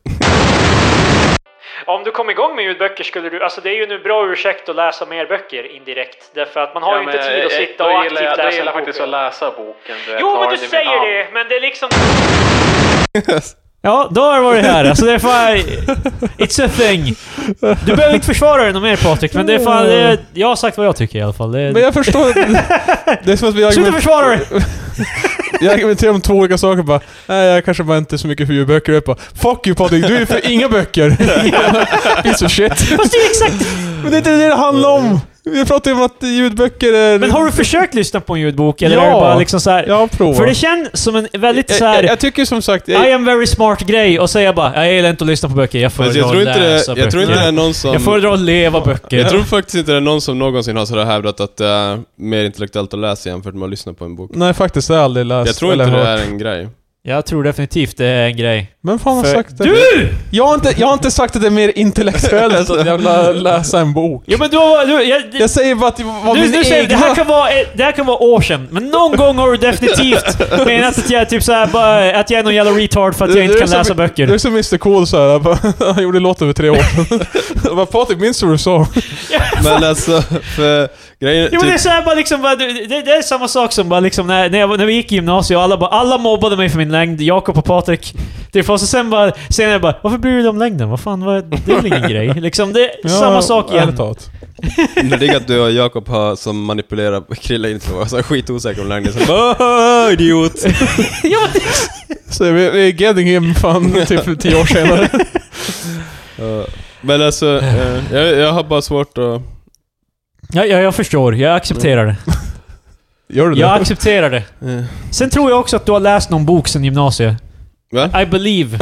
Om du kom igång med ljudböcker skulle du... Alltså det är ju nu bra ursäkt att läsa mer böcker indirekt. Därför att man har ju inte tid att sitta och aktivt läsa Jag gillar faktiskt att läsa boken. Jo, men du säger det. Men det är liksom... Ja, då har det varit här. Alltså det är fan... It's a thing. Du behöver inte försvara det något mer, Patrik. Men det är fan... jag har sagt vad jag tycker i alla fall. Men jag förstår... Det är som att vi sluta försvara det! Jag argumenterar om två olika saker bara. Nej, jag kanske bara inte så mycket för ljudböcker. Jag bara, fuck you Patrik, du är för inga böcker. Piece of shit. Fast det är exakt... Men det är inte det handlar om. Vi pratar ju om att ljudböcker är... Men har du försökt lyssna på en ljudbok? Eller Ja. är det bara liksom så här... Jag har provat. För det känns som en väldigt så här... Jag tycker som sagt... I am very smart grej och säga bara, jag gillar inte att lyssna på böcker, jag Men föredrar att läsa böcker. jag tror inte det är någon som... Jag föredrar att leva böcker. Jag tror faktiskt inte det är någon som någonsin har sådär hävdat att det är mer intellektuellt att läsa jämfört med att lyssna på en bok. Nej, faktiskt. Jag har aldrig läst. Jag tror inte det är en grej. Jag tror definitivt det är en grej. Men fan har För- sagt det? Du! Jag har inte sagt att det är mer intellektuellt att jag vill läsa en bok. Jo men Jag säger bara att det var min du säger, egna... det här kan vara år sedan, men någon gång har du definitivt menat att jag är typ såhär, bara, att jag är någon jävla retard för att jag inte kan läsa böcker. Det är som Mr. Cool såhär. Han gjorde låt över 3 år sedan. Jag bara, Patrik, minns du vad du sa? Men alltså, för grejen... Jo men det är såhär bara liksom, bara, det är samma sak som bara liksom när vi gick i gymnasiet och alla mobbade mig för min längd, Jakob och Patrik. Det är sen jag bara, varför bryr du dig om längden? Vad fan, det är väl ingen grej? Liksom, det är samma sak igen. Det är att du och Jakob har som manipulerar Krilla in till att vara så skitosäker om längden. Så idiot! Ja, Så vi är getting him fan typ 10 år senare. Men alltså, jag har bara svårt att... jag förstår. Jag accepterar det. Gör du det? Jag accepterar det. Sen tror jag också att du har läst någon bok sen gymnasiet. Va? I believe.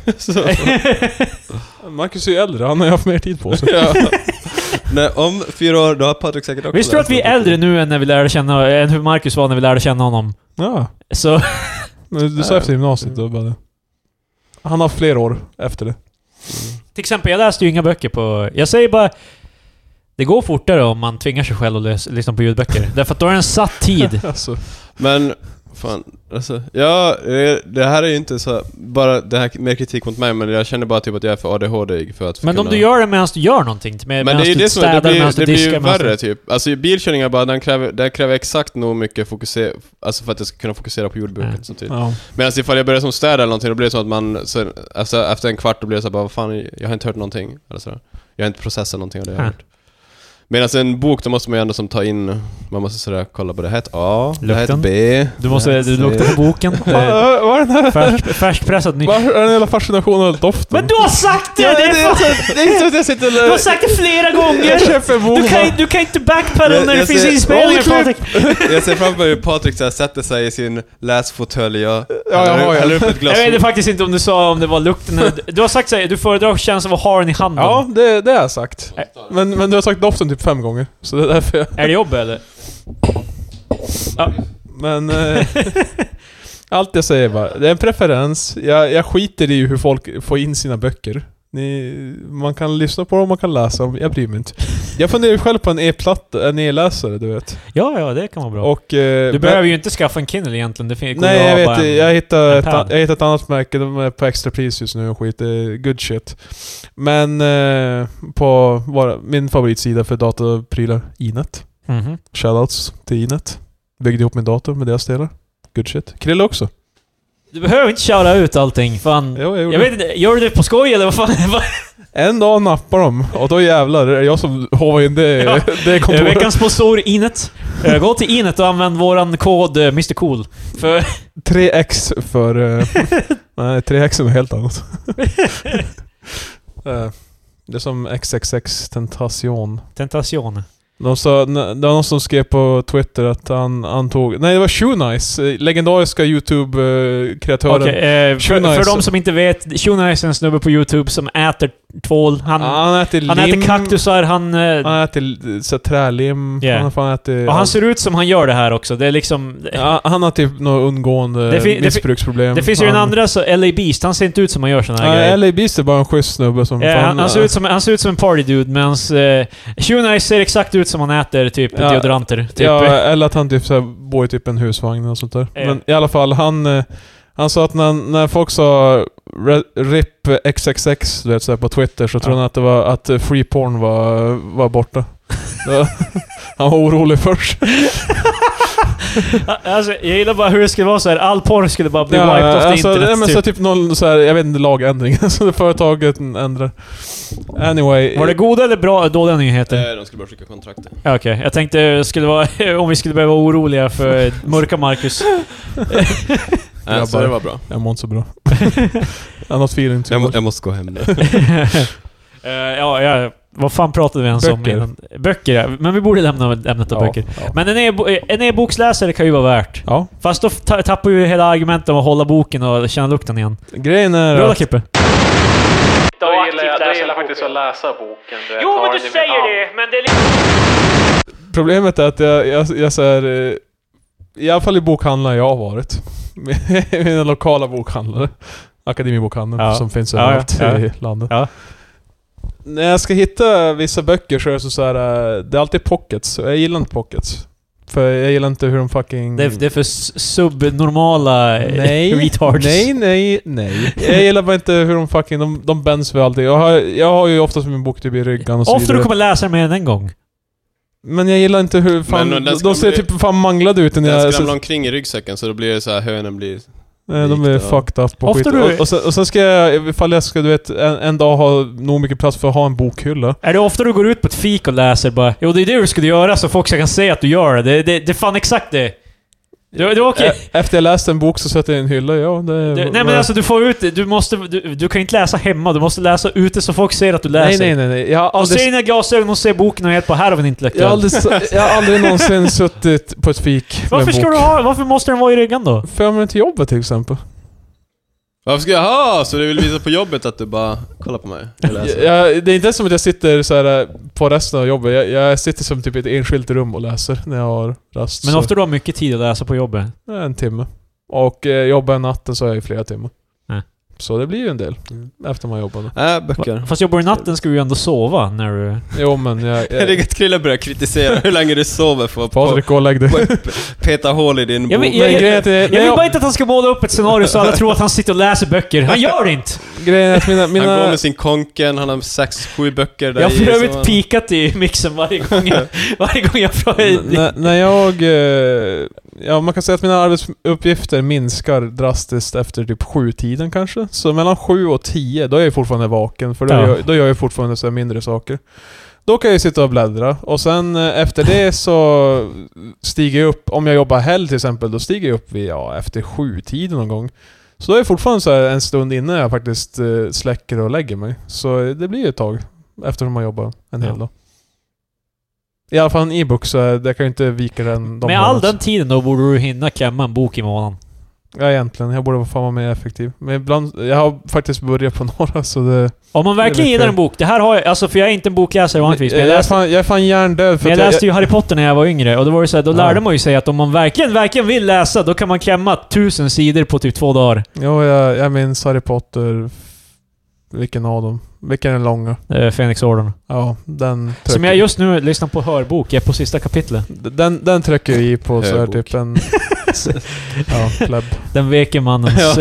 Marcus är ju äldre, han har ju haft mer tid på sig. Ja. Nej, om 4 år, då har Patrik säkert också... Visst tror du att vi är äldre nu än när vi lärde känna, än hur Marcus var när vi lärde känna honom? Ja. Så... Men du sa efter gymnasiet då bara det. Han har fler år efter det. Till exempel, jag läste ju inga böcker på... Jag säger bara... Det går fortare om man tvingar sig själv att lyssna på ljudböcker. Därför att då är det en satt tid. Alltså. Men, fan, alltså... Ja, det här är ju inte så... Bara det här mer kritik mot mig, men jag känner bara typ att jag är för ADHD för att... Men om du gör det medan du gör någonting, Men det är ju det som det blir diskar, värre typ. Alltså bilkörningar bara, den kräver exakt nog mycket fokusera, alltså för att jag ska kunna fokusera på jordbruket samtidigt. Ja. Medan ifall jag börjar som städare eller någonting, då blir det så att man så, alltså, efter en kvart då blir det så bara, vad fan, jag har inte hört någonting eller så. Jag har inte processat någonting av det jag har hört. Medan en bok, då måste man ju ändå som ta in, man måste sådär kolla på det här ett A, det här ett B. Du luktar på boken. Vad är den här? Färskpressad nytt. Vad är den jävla fascinationen av doften? Men du har sagt det! Ja, det är inte så att jag sitter och... Du har sagt det flera gånger! Jag köper en bok. Du kan inte backpedal när det finns inspelningar, Patrik. Jag ser framför mig hur Patrik så här sätter sig i sin läsfåtölj och häller upp ett glas. Jag vet faktiskt inte om du sa om det var lukten. Du har sagt så här, du föredrar känslan av att ha den i handen. Ja, det har jag sagt. Men du har sagt doften typ 5 gånger. Så det är därför jag... Är det jobb eller? Ja. Men... allt jag säger bara, det är en preferens. Jag skiter i hur folk får in sina böcker. Man kan lyssna på dem, man kan läsa dem. Jag bryr mig inte. Jag funderar själv på en e-läsare, du vet. Ja, det kan vara bra. Och, du behöver ju inte skaffa en Kindle egentligen. Nej, jag vet. Jag hittade ett annat märke. De är på extra pris just nu och skit. Good shit. Men på min favoritsida för dataprylar, Inet. Shoutouts till Inet. Byggde ihop min dator med deras delar. Good shit. Krille också. Du behöver inte köra ut allting. Fan. Jo, jag vet inte, gör du det på skoj eller vad fan? En dag nappar de. Och då jävlar, det är jag som hovar in det kontoret. Veckans sponsor Inet. Gå till Inet och använd våran kod Mr. Cool. För 3x för... nej, 3x är något helt annat. Det är som XXX Tentation. Tentation. Det var någon som skrev på Twitter att han tog... Nej, det var Shoenice, legendariska YouTube-kreatören. Okej, för de som inte vet, Shoenice är en snubbe på YouTube som äter tvål. Han äter kaktusar, han äter så trälim. Yeah. Och han ser ut som han gör det här också. Det är liksom... Ja, han har typ något undgående missbruksproblem. Det finns ju en andra, så LA Beast, han ser inte ut som han gör såna här grejer. LA Beast är bara en schysst snubbe som han ser ut som en party dude, medan Shoenice ser exakt ut som han äter typ deodoranter. Typ. Ja, eller att han typ så här bor i typ en husvagn och sånt där. Men i alla fall, han sa att när folk sa RIP XXX, du vet, så här på Twitter, så tror han att det var att free porn var borta. Han var orolig först. Alltså, jag gillar bara hur det skulle vara så här. All porr skulle bara bli wiped off internet. Nej, men så typ någon så här, jag vet inte, lagändring så företaget ändrar. Anyway. Var det goda eller bra, dåliga nyheter? De skulle bara skicka kontraktet. Okej. Jag tänkte om vi skulle behöva vara oroliga för mörka Marcus. Så det var bra. Jag mår inte så bra. Jag har något feeling. Jag måste gå hem nu. Vad fan pratade vi ens om? Böcker, ja. Men vi borde lämna ämnet av böcker. Ja. Men en e-boksläsare kan ju vara värt. Ja. Fast då tappar ju hela argumentet om att hålla boken och känna lukten igen. Grejen är... Rulla Kippe. Då gillar jag faktiskt att läsa boken. Jo, men du säger det! Men det är Problemet är att jag så här, i alla fall i bokhandlar jag har varit. Mina lokala bokhandlare. Akademibokhandeln som finns överallt i landet. Ja. När jag ska hitta vissa böcker så är det så här, det är alltid pockets, och jag gillar inte pockets. För jag gillar inte hur de fucking... Det är för subnormala retards. Nej. Jag gillar bara inte hur de fucking... De bends för alltid. Jag har ju oftast min bok typ i ryggen och så vidare. Ofta du kommer läsa mer än en gång. Men jag gillar inte hur fan... De ser typ fan manglade ut när jag skramlar omkring i ryggsäcken, så då blir det så här, hönen blir... de är fucked up på skit. Och sen ska jag, ifall jag ska, du vet, en dag ha nog mycket plats för att ha en bokhylla. Är det ofta du går ut på ett fik och läser bara, jo det är det du skulle göra så folk kan se att du gör det. Det är fan exakt det. Det är okej. Efter jag läste en bok så sätter jag i en hylla, nej men alltså du får ut, du kan inte läsa hemma, du måste läsa ute så folk ser att du läser. Nej. Jag har aldrig... Och ser dina glasögon och ser boken och helt på, här har vi en intellektuell. Jag har aldrig någonsin suttit på ett fik med en bok. Varför måste den vara i ryggen då? För jag vill inte jobba till exempel. Varför ska jag ha? Så du vill visa på jobbet att du bara kollar på mig? Det är inte som att jag sitter så här på resten av jobbet. Jag sitter som typ i ett enskilt rum och läser när jag har rast. Men ofta du har mycket tid att läsa på jobbet? 1 timme. Och jobbar natten så är jag i flera timmar. Så det blir ju en del efter man jobbar. Böcker. Fast jobbar du natten ska du ju ändå sova när du... Jo, men jag det är att Krille börjar kritisera hur länge du sover för att Patrik, gå och lägg dig. Peta hål i din bok. Jag vill bara inte att han ska måla upp ett scenario så alla tror att han sitter och läser böcker. Han gör det inte! Grejen är att han går med sin konken, han har 6-7 böcker där. Jag har för övrigt pikat i mixen varje gång jag frågar. När jag... man kan säga att mina arbetsuppgifter minskar drastiskt efter typ 7-tiden kanske. Så mellan 7 och 10, då är jag fortfarande vaken. För då gör jag fortfarande så mindre saker. Då kan jag sitta och bläddra. Och sen efter det så stiger jag upp. Om jag jobbar helg till exempel, då stiger jag upp vid, efter 7-tiden någon gång. Så då är jag fortfarande så här en stund innan jag faktiskt släcker och lägger mig. Så det blir ju ett tag eftersom man jobbar en hel dag. I alla fall en e-book, så det kan ju inte vika den. Med all den tiden då borde du hinna klämma en bok i månaden. Ja, egentligen. Jag borde fan vara mer effektiv. Men ibland... Jag har faktiskt börjat på några, så det... Om man verkligen gillar en bok... Det här har jag... Alltså, för jag är inte en bokläsare vanligtvis. Men jag är fan hjärndöd. För jag läste ju Harry Potter när jag var yngre. Och då var det så här, då lärde man ju sig att om man verkligen vill läsa, då kan man klämma 1000 sidor på typ 2 dagar. Jo, jag minns Harry Potter... Vilken av dem? Vilken är den långa? Fenixorden. Ja, den... Som jag just nu lyssnar på hörbok. Jag är på sista kapitlet. Den trycker jag i på så här typ en... pleb. Den veke mannens...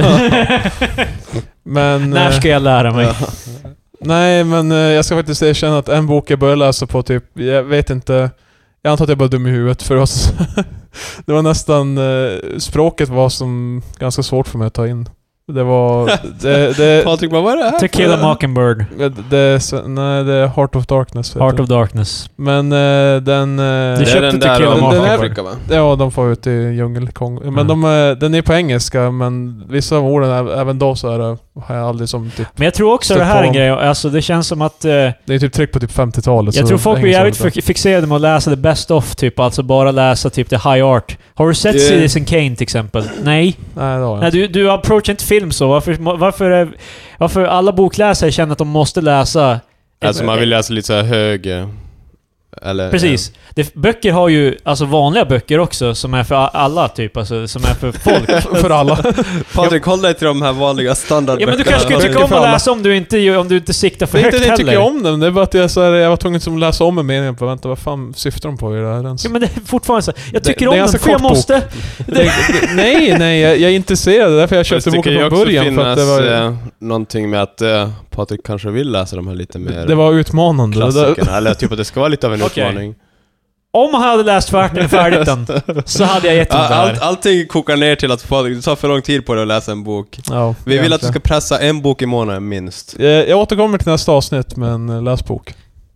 Men... När ska jag lära mig? Nej, men jag ska faktiskt erkänna att en bok jag började läsa på typ... Jag vet inte... Jag antar att jag bara dum i huvudet för oss. Det var nästan... språket var som ganska svårt för mig att ta in. Det var... det, Patrik bara, vad är det här? To Kill a Mockingbird. det är Heart of Darkness. vet Heart du. of Darkness. Men den... Du Det är köpte den To där Kill a om Mockingbird. Afrika, va? Ja, de får ut i djungelkongo. Men den är på engelska, men vissa av orden, även då så är det, har jag aldrig som typ... Men jag tror också Stött det här är en på grej. Alltså det känns som att... Det är typ tryck på typ 50-talet. jag så tror folk blir engelska jävligt ordet. fixerade med att läsa det best of, typ. Alltså bara läsa typ the high art. Har du sett Citizen Kane till exempel? Nej. Nej, det har jag Nej, inte. du approachar inte film så. Varför alla bokläsare känner att de måste läsa... Alltså man vill läsa lite så här hög... Eller... Precis. Böcker har ju alltså vanliga böcker också, som är för alla typ, alltså som är för folk. För alla. Patrik, håll dig till de här vanliga Ja, standardböckerna. men du kanske skulle Böcker tycka om för att alla. läsa om du inte siktar för Det är högt inte det jag tycker heller. om dem. Det är bara att jag var tvungen att läsa om en mening på vänta, vad fan syftar de på i det här ens? Ja, men det är fortfarande så. Jag tycker det är om ganska dem, för jag kort bok. måste. Nej, jag är intresserad. Därför jag köpte boken från början. För att det var, någonting med att Patrik kanske vill läsa de här lite mer det var utmanande. klassikerna. Eller typ att det ska vara lite av en Okej. utmaning. Om han hade läst färdigt den, så hade jag gett honom det här. Allting kokar ner till att Patrik, det tar för lång tid på dig att läsa en bok. Ja, Vi vill att du ska pressa en bok i månaden minst. Jag återkommer till nästa avsnitt med en läsbok.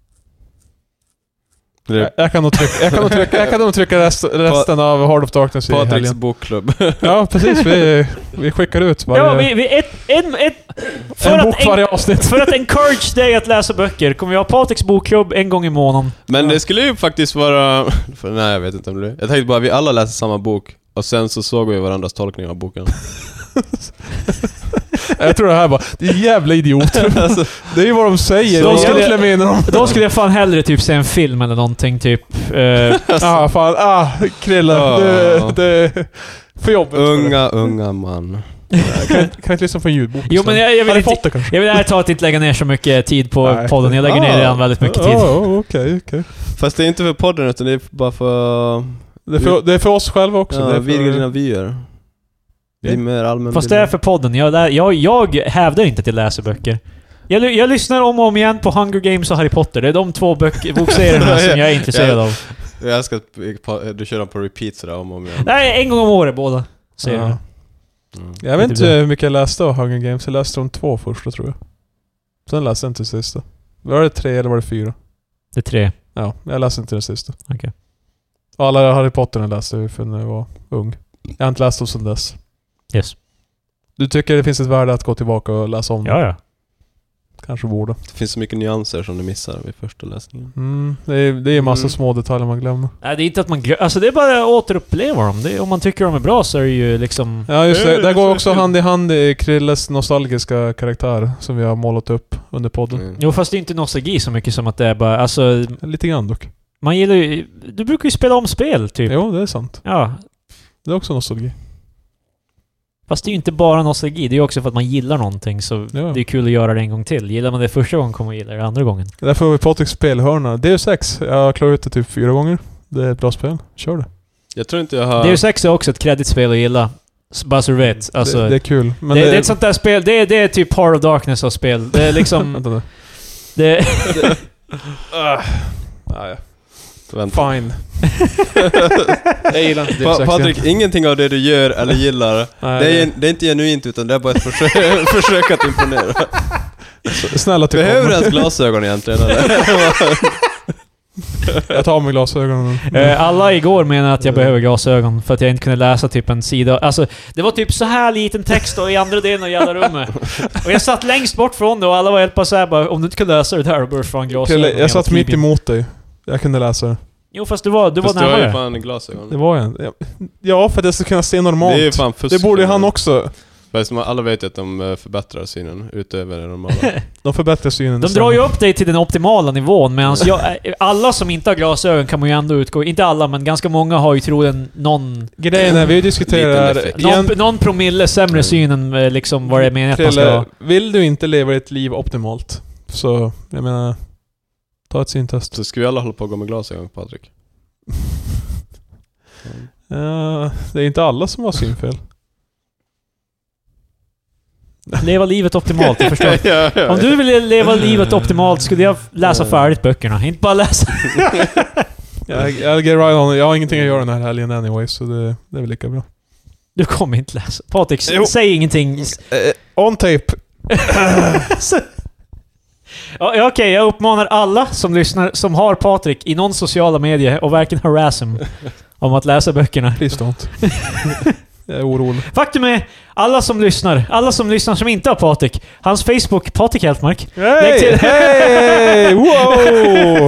Jag kan nog trycka resten av Heart of Darkness i Patriks helgen. bokklubb. Ja, precis. Vi skickar ut Ja, varje, för en bok varje avsnitt. För att encourage dig att läsa böcker kommer vi ha Patriks bokklubb en gång i månaden. Men det skulle ju faktiskt vara... nej, jag vet inte om det är. Jag tänkte bara, vi alla läser samma bok. Och sen så såg vi varandras tolkning av boken. Jag tror det här bara, det är jävla idioter. Alltså, Det är ju vad de säger. Så De skulle skulle mena dem. Då skulle jag fan hellre typ se en film eller någonting typ. Krille. Det för jobbet. unga man. Kan inte lyssna på en ljudbok. Jo, men jag vill Harry inte... Potter kanske. Jag vill ärligt talat inte lägga ner så mycket tid på Nej. podden. Jag lägger ner redan väldigt mycket tid. Okej. Fast det är inte för podden, utan det är bara för... Det är för oss själva också. Ja, det är vidga dina för, vyer. Det är mer allmän. Fast det är för podden. Jag hävdar inte till läseböcker. Jag lyssnar om och om igen på Hunger Games och Harry Potter. Det är de två bokserierna som jag är intresserad av. Jag ska... Du kör dem på repeat sådär om och om igen. Nej, en gång om året båda serierna. Ja. Jag vet inte hur mycket jag läste av Hunger Games. Jag läste de 2 första, tror jag. Sen läste jag inte den sista. Var det 3 eller var det 4? Det är 3. Ja, jag läste inte den sista. Okej. Alla Harry Potter jag läste jag för när jag var ung. Jag har inte läst dem sedan dess. Yes. Du tycker det finns ett värde att gå tillbaka och läsa om dem? Ja. Kanske borde. Det finns så mycket nyanser som du missar vid första läsningen. Det är massa små detaljer man glömmer. Nej, det är inte att man alltså det är bara att återuppleva dem. Om man tycker de är bra så är det ju liksom... Ja, just det. Där går också hand i hand i Krilles nostalgiska karaktär som vi har målat upp under podden. Jo, fast det är inte nostalgi så mycket som att det är bara... Alltså, Lite grann dock. man gillar ju... Du brukar ju spela om spel, typ. Jo, det är sant. Ja. Det är också nostalgi. Fast det är ju inte bara nostalgi. Det är ju också för att man gillar någonting. Så Ja. det är kul att göra det en gång till. Gillar man det första gången kommer man gilla det andra gången. Därför har vi Patriks spelhörna. Deus Ex. Jag har klarat ut det typ 4 gånger. Det är ett bra spel. Kör det. Jag tror inte jag har... Deus Ex är också ett kreditspel att gilla. Bara så du vet. Alltså, det är kul. Men det är ett sånt där spel. Det är typ Heart of Darkness av spel. Det är liksom... Vänta nu. det Ja. Vänta. Fine. Jag gillar inte Deus Ex. Patrik, ingenting av det du gör eller gillar, Nej, det är inte genuint, utan det är bara ett försök att imponera. Snälla typ Behöver du ens glasögon egentligen, eller? Jag tar av mig glasögonen. alla igår menar att jag behöver glasögon för att jag inte kunde läsa typ en sida. Alltså, det var typ så här liten text då, i andra delen av jävla rummet. Och jag satt längst bort från det och alla var helt bara såhär bara, om du inte kan läsa det där, då bör du fan glasögon. Jag satt mitt emot dig. Jag kunde läsa det. Jo, fast du var Fast du har ju närmare. fan glasögon. Det var en. Ja, för att jag ska kunna se normalt. Det är ju fan fusk. Det borde ju han också. Fast alla vet ju att de förbättrar synen utöver det normala. De förbättrar synen. De drar ju upp dig till den optimala nivån, medan alla som inte har glasögon kan man ju ändå utgå... Inte alla, men ganska många har ju troligen någon... Grejen är, vi diskuterar... Någon promille sämre syn än liksom vad det är meningen att man ska ha. Vill du inte leva ett liv optimalt, så jag menar... Ta ett syntest. Så ska vi alla hålla på och gå med glasögon, Patrik? Ja, det är inte alla som har synfel. Leva livet optimalt, jag förstår. ja. Om du vill leva livet optimalt skulle jag läsa färdigt böckerna, inte bara läsa. Jag get right on. Jag har ingenting att göra den här helgen anyway, så det är väl lika bra. Du kommer inte läsa. Patrik, Jo. säg ingenting. On tape. Ja, okej, jag uppmanar alla som lyssnar, som har Patrik i någon sociala medier och verkligen harass him om att läsa böckerna. Please don't. Jag är orolig. Faktum är, alla som lyssnar som inte har Patrik, hans Facebook, Patrik Heltmark. Lägg till. Hey! Wow!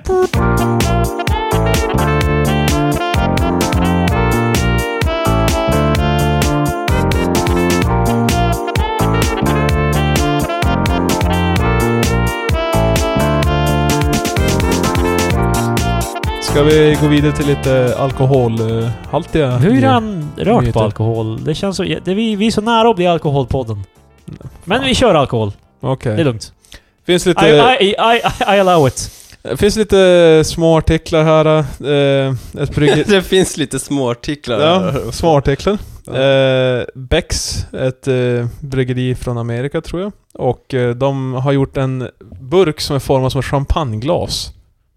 Ska vi gå vidare till lite alkoholhaltiga? Vi har ju redan rört nyheter. på alkohol. Det känns så... Vi är så nära att bli alkoholpodden. Men vi kör alkohol. Okej. Det är lugnt. Finns lite... I allow it. Det finns lite små artiklar här. Ett brygge... Det finns lite små artiklar. Ja, små artiklar. Ja. Becks, ett bryggeri från Amerika tror jag. Och de har gjort en burk som är formad som ett champagneglas.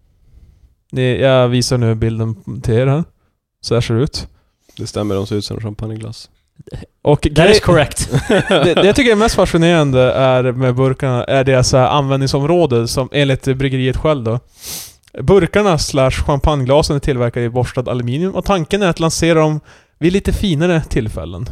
Jag visar nu bilden till er här. Så här ser det ut. Det stämmer, de ser ut som champagneglas. Och That is correct. det jag tycker är mest fascinerande är med burkarna är deras användningsområde som enligt bryggeriet själv då. Burkarna / champagneglasen är tillverkade i borstad aluminium och tanken är att lansera dem vid lite finare tillfällen.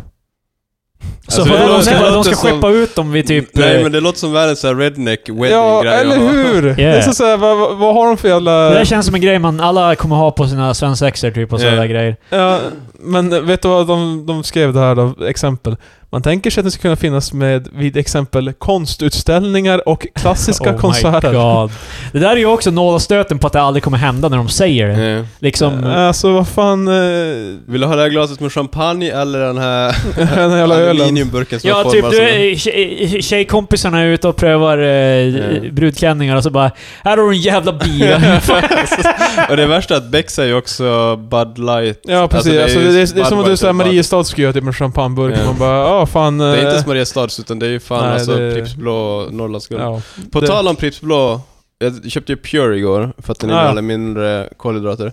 Så Alltså, de det ska låter skeppa som- ut dem vid typ... Nej, men det låter som världens så här redneck wedding Ja, grej. eller hur? Det är så här, vad har de för jävla... Det där känns som en grej man alla kommer ha på sina svensexer typ och sådana där grejer. Ja, men vet du vad de skrev det här då? Exempel. Man tänker sig att det ska kunna finnas med vid exempel konstutställningar och klassiska konserter. My God. Det där är ju också nålstöten på att det aldrig kommer hända när de säger det. Ja. Liksom... Alltså vad fan... Vill du ha det här glaset med champagne eller den här den jävla ölen. aluminiumburken som Ja, är typ formad som tjejkompisarna är ute och prövar brudklänningar och så bara här har du en jävla bira. Och det värsta är att Becks är ju också Bud Light. Ja, precis. ju Alltså, det är som att du säger Bud. Mariestad skulle göra typ en champagneburk. Ja. Man bara, fan... Det är inte ens Mariestads utan det är ju fan Nej, alltså det- Pripps Blå och Norrlands Guld. Ja. På det- tal om Pripps Blå, jag köpte ju Pure igår för att den Ja. innehåller mindre kolhydrater.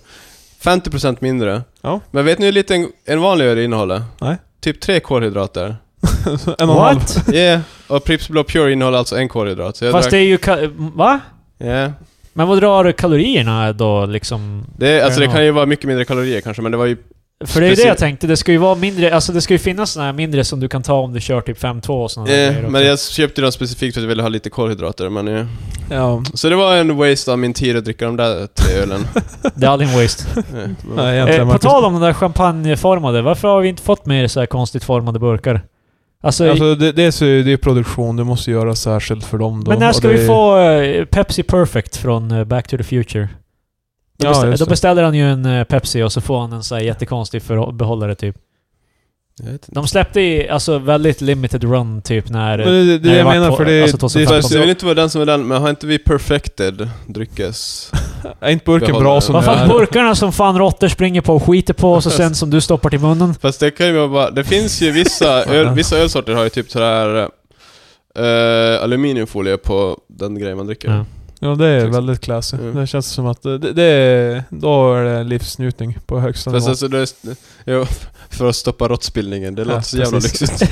50% mindre. Ja. Men vet ni hur lite en vanlig öl innehåller? Nej. Typ 3 kolhydrater. 1,5. What? Yeah. Och Pripps Blå Pure innehåller alltså 1 kolhydrat. Så jag Fast det är ju... Va? Yeah. Men vad drar kalorierna då liksom? Det kan ju vara mycket mindre kalorier kanske, men det var ju... För det är ju det jag tänkte, det ska ju vara mindre, alltså det ska ju finnas såna här mindre som du kan ta om du kör typ 5-2 och såna där grejer Men också. jag köpte dem specifikt för att jag ville ha lite kolhydrater, men Ja. så det var en waste av min tid att dricka de där 3 ölen. Det är aldrig en waste. Nej, egentligen. På tal om den där champagneformade, varför har vi inte fått mer så här konstigt formade burkar? Alltså det är produktion, du måste göra särskilt för dem då. men när ska Och det- vi få Pepsi Perfect från Back to the Future? Då, Ja, just då det. beställer han ju en Pepsi och så får han en så här jättekonstig behållare typ. Jag vet inte. De släppte i alltså väldigt limited run typ när... Men det när jag var menar, på- för det... alltså det 2015. Fast jag vill inte vara den som är den, men har inte vi perfected dryckes? är inte burken bra Behållare. som Vad det fan, är? burkarna som fan råttor springer på och skiter på och så sen som du stoppar till munnen. Fast det kan ju vara bara... Det finns ju vissa vissa ölsorter har ju typ sådär aluminiumfolie på den grejen man dricker. Ja. Ja, det är väldigt classy. Mm. Det känns som att det är... Då är det livsnjutning på högsta Fast nivå. alltså det är, jo, för att stoppa råttspillningen, det låter så jävla precis. lyxigt.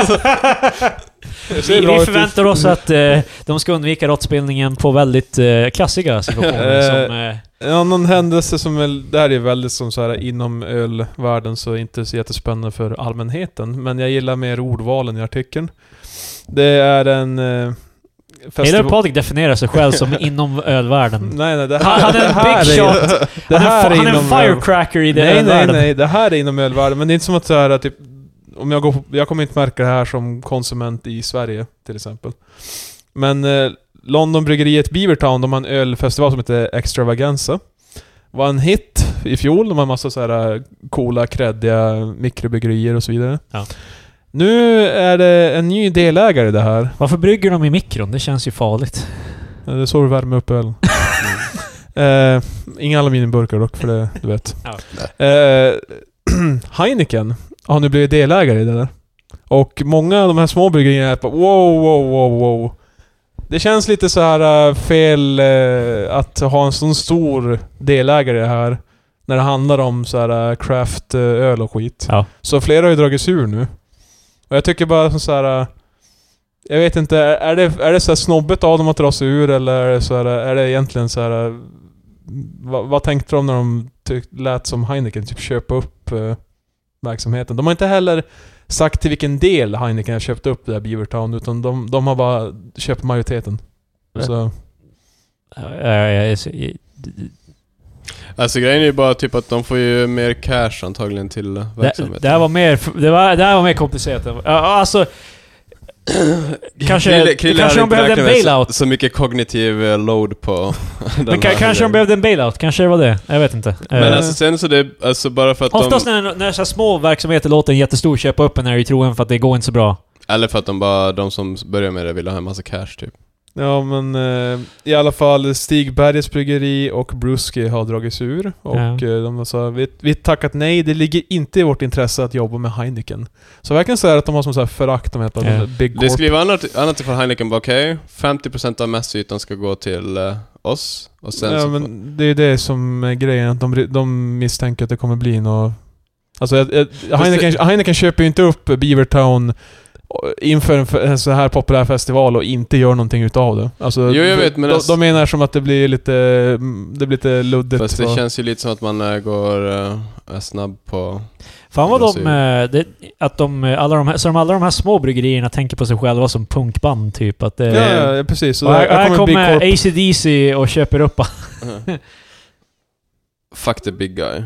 ser bra Vi ut. förväntar oss att de ska undvika råttspillningen på väldigt klassiga situationer som... Ja, någon händelse som väl... Det här är väldigt som så här inom ölvärlden så inte så jättespännande för allmänheten. Men jag gillar mer ordvalen i artikeln. Det är en... Hela Patrik definierar sig själv som inom ölvärlden. Nej, det Han här, är en det här big är- shot. Det här Han är en inom firecracker i det nej, ölvärlden. nej, det här är inom ölvärlden. Men det är inte som att så här, typ, om jag går på, jag kommer inte märka det här som konsument i Sverige till exempel. Men Londonbryggeriet Beavertown, de har en ölfestival som heter Extravaganza. Var en hit i fjol. De har en massa så här coola, kreddiga mikrobryggerier och så vidare. Ja. Nu är det en ny delägare i det här. Varför brygger de i mikron? Det känns ju farligt. Det är så du värmer upp ölen. Inga aluminiumburkar dock, för det, du vet. Ja. Heineken har nu blivit delägare i det där. Och många av de här små bryggerierna är på wow. Det känns lite så här fel att ha en sån stor delägare här När det handlar om så här craft öl och skit. Ja. Så flera har ju dragits ur nu. Och jag tycker bara så här. Jag vet inte, är det så här snobbet av dem att dra sig ur, eller är det egentligen så här? Vad tänkte de när de lät som Heineken typ köpa upp verksamheten? De har inte heller sagt till vilken del Heineken har köpt upp det här Beavertown, utan de har bara köpt majoriteten. Så. Alltså grejen är ju bara typ att de får ju mer cash antagligen till verksamheten. Det här var mer komplicerat. Alltså kanske de behövde en bailout. Så mycket kognitiv load på men kanske de behövde en bailout. Kanske det var det. Jag vet inte. Men alltså sen så det alltså bara för att oftast när så små verksamheter låter en jättestor köpa upp en är i troen för att det går inte så bra. Eller för att de som börjar med det vill ha en massa cash typ. Ja, men i alla fall Stig Berges bryggeri och Bruski har dragits ur. Och de sa, vi tackat nej, det ligger inte i vårt intresse att jobba med Heineken. Så verkligen så är att de har som så här förakt med Big Corp. Det skriver annat ifall Heineken bara okej, 50% av mässytan ska gå till oss. Och sen så men det är det som är grejen, att de misstänker att det kommer bli något. Alltså Heineken köper ju inte upp Beavertown inför en så här populär festival och inte gör någonting utav det. Alltså, jo, jag vet, men de menar som att det blir lite luddigt. Fast det känns ju lite som att man går snabb på. Fan vad alla de här små bryggerierna tänker på sig själva som punkband typ att ja, precis. Så här kommer AC/DC och köper upp. Fuck the big guy.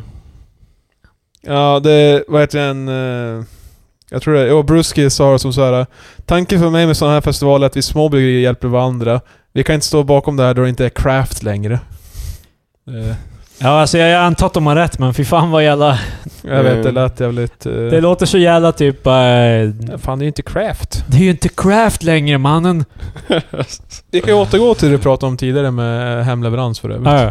Ja, det vad heter en jag tror det. Bruski sa som så här: tanken för mig med sådana här festivaler är att vi små bryggerier hjälper varandra. Vi kan inte stå bakom det här då det inte är craft längre. Ja, alltså jag antar att de har rätt, men fy fan vad jävla... Jag vet, det lät jävligt... Det låter så jävla typ... fan, det är ju inte craft. Det är ju inte craft längre, mannen. Vi kan ju återgå till det vi pratade om tidigare med hemleverans för övrigt.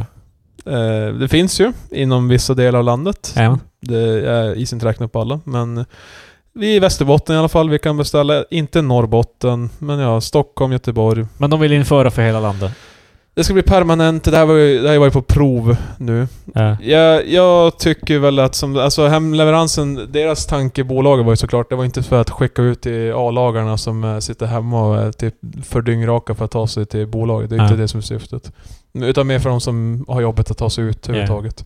Det finns ju inom vissa delar av landet. Det är is inte räknat på alla, men... Vi är i Västerbotten i alla fall. Vi kan beställa, inte Norrbotten, men ja, Stockholm, Göteborg. Men de vill införa för hela landet. Det ska bli permanent. Det här var ju på prov nu. Jag tycker väl att alltså hemleveransen, deras tankebolaget var ju såklart, det var inte för att skicka ut till A-lagarna som sitter hemma och är typ för dyngraka för att ta sig till bolaget. Det är inte det som är syftet. Utan mer för de som har jobbet att ta sig ut överhuvudtaget.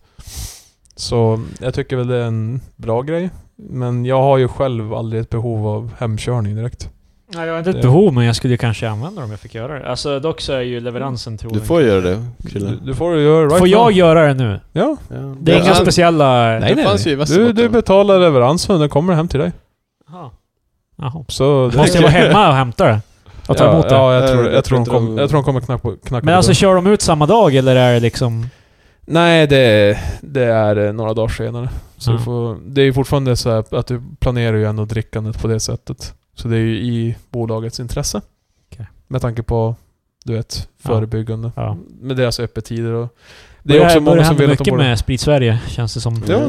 Så jag tycker väl det är en bra grej. Men jag har ju själv aldrig ett behov av hemkörning direkt. Nej, jag har inte ett behov, men jag skulle kanske använda det om jag fick göra det. Alltså dock så är ju leveransen troligen. Du får göra det, Krille. Du får göra right. Får jag göra det nu? Ja. Det är inga speciella... Nej. Du betalar leveransen och den kommer hem till dig. Jaha. Så måste jag vara hemma och hämta det? Och ta emot det? Ja, jag tror de kommer knacka. Men alltså kör de ut samma dag eller är det liksom... Nej, det är några dagar senare. Så det är ju fortfarande så här att du planerar ju ändå drickandet på det sättet. Så det är ju i bolagets intresse. Okay. Med tanke på, du vet, förebyggande. Ja. Med deras öppettider och... Det är också många som vill att de mycket med Sprit Sverige, känns det som. Ja,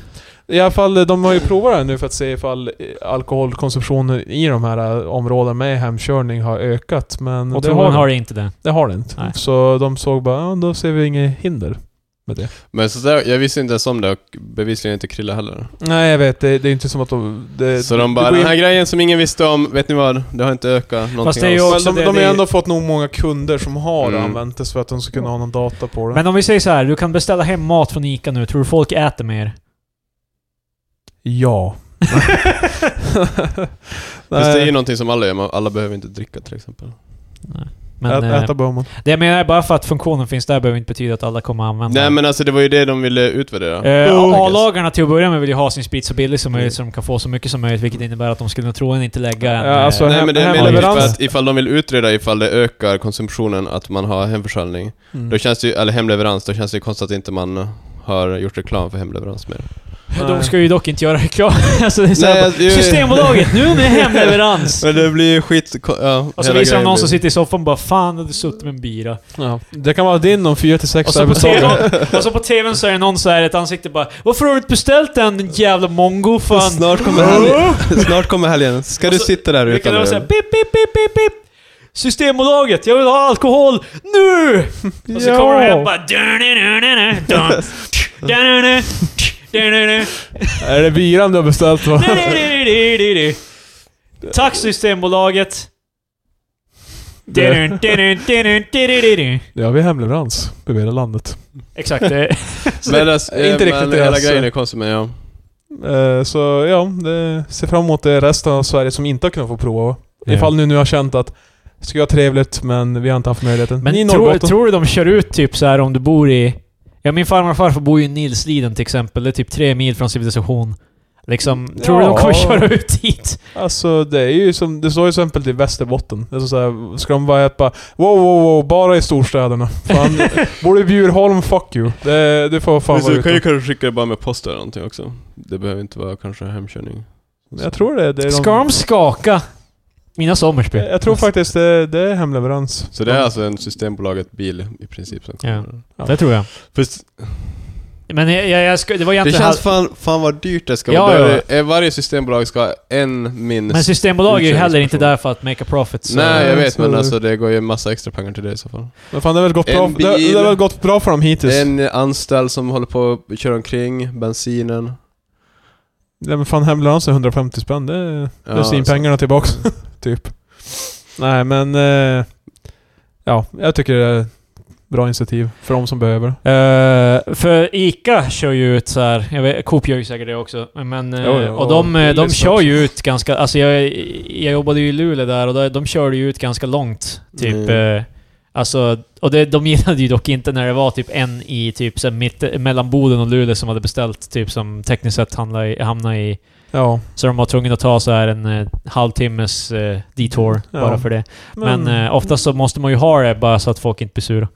i alla fall, de har ju provat det nu för att se ifall alkoholkonsumtionen i de här områdena med hemkörning har ökat. Men och har det inte det. Det har det inte. Nej. Så de såg bara, då ser vi inget hinder med det. Men så där, jag visste inte ens om det och bevisligen inte Krilla heller. Nej, jag vet. Det är inte som att så de bara, den här grejen som ingen visste om, vet ni vad? Det har inte ökat någonting alls. De har ändå fått nog många kunder som har använt det för att de ska kunna ha någon data på det. Men om vi säger så här, du kan beställa hem mat från Ica nu. Tror du folk äter mer? Ja. Det är ju någonting som alla gör, men alla behöver inte dricka till exempel. Nej. Men, äta bör man. Det jag menar bara för att funktionen finns där behöver inte betyda att alla kommer att använda. Nej, men alltså det var ju det de ville utvärdera. A-lagarna till att börja med vill ju ha sin sprit så billig som möjligt så de kan få så mycket som möjligt, vilket innebär att de skulle nog troligen inte lägga nej, men det är att ifall de vill utreda ifall det ökar konsumtionen att man har hemförsäljning. Då känns det ju, eller hemleverans, då känns det konstigt att inte man har gjort reklam för hemleverans mer. De ska ju dock inte göra reklam. Alltså det är såhär, Systembolaget, nu med hemleverans. Men det blir skit... Ja, och så visar de någon som sitter i soffan och bara, fan, hade suttit med en bira. Ja. Det kan vara din om 4-6 arbetsdagar. Och så på tvn så är det någon så här ett ansikte bara, varför har du inte beställt den jävla mongo, fan? Snart kommer helgen. Snart kommer helgen. Ska du sitta där utan det? Säga, pip, pip, pip, pip, pip. Systembolaget, jag vill ha alkohol nu! Och så kommer de hem bara... Är det biran du har beställt va? Tack Systembolaget. Det har vi hemleverans över hela landet. Exakt. Men inte riktigt men det, hela alltså. grejen är konstig, men ja. Så ja, det ser fram emot det resten av Sverige som inte har kunnat få prova. Ja. Ifall nu har känt att det ska vara trevligt, men vi har inte haft möjligheten. Men Ni i tror Norrbotten. du de kör ut typ så här om du bor i... Ja, min farmor och farfar bor ju i Nilsliden till exempel. Det är typ 3 mil från civilisation. Liksom, tror du de kommer köra ut hit? Alltså det är ju som, det står ju exempel i Västerbotten. Det är så här, ska de bara bara wow, bara i storstäderna. Fan, bor du i Bjurholm, fuck you. Det får fan vara Du kan ju ute. kanske skicka det bara med post eller någonting också. Det behöver inte vara kanske hemkörning. Jag tror det är Ska de skaka mina sommarspel? Jag tror faktiskt det är hemleverans. Så det är alltså en Systembolaget bil i princip som kommer. Ja, det tror jag. Fast Men jag ska, det var det egentligen... känns fan vad dyrt det ska Ja, vara. ja. Varje systembolag ska ha en minst. Men Systembolag är ju heller inte utkörningsperson. där för att make a profit. Så. Nej, jag vet, så- men alltså det går ju en massa extra pengar till det i så fall. Men fan, det har väl gått En bra. bil. Det har väl gått bra för dem hittills. En anställd som håller på att köra omkring, bensinen. Ja, men fan, hemleverans är 150 spänn. Det är Ja, pengarna tillbaks. typ. Nej, men ja, jag tycker det är bra initiativ för de som behöver. För Ica kör ju ut så här. Jag vet, Coop gör ju säkert det också. Men, Jo, och de lyssnar kör också. ju ut ganska... Alltså jag jobbade ju i Luleå där och de körde ju ut ganska långt. Typ... Alltså, och de gillade ju dock inte när det var typ en i typ så mellan Boden och Luleå som hade beställt typ som tekniskt sett hamnade i... Ja. Så de var tvungna att ta så här en halvtimmes detour Ja. bara för det. Men oftast så måste man ju ha det bara så att folk inte blir sura.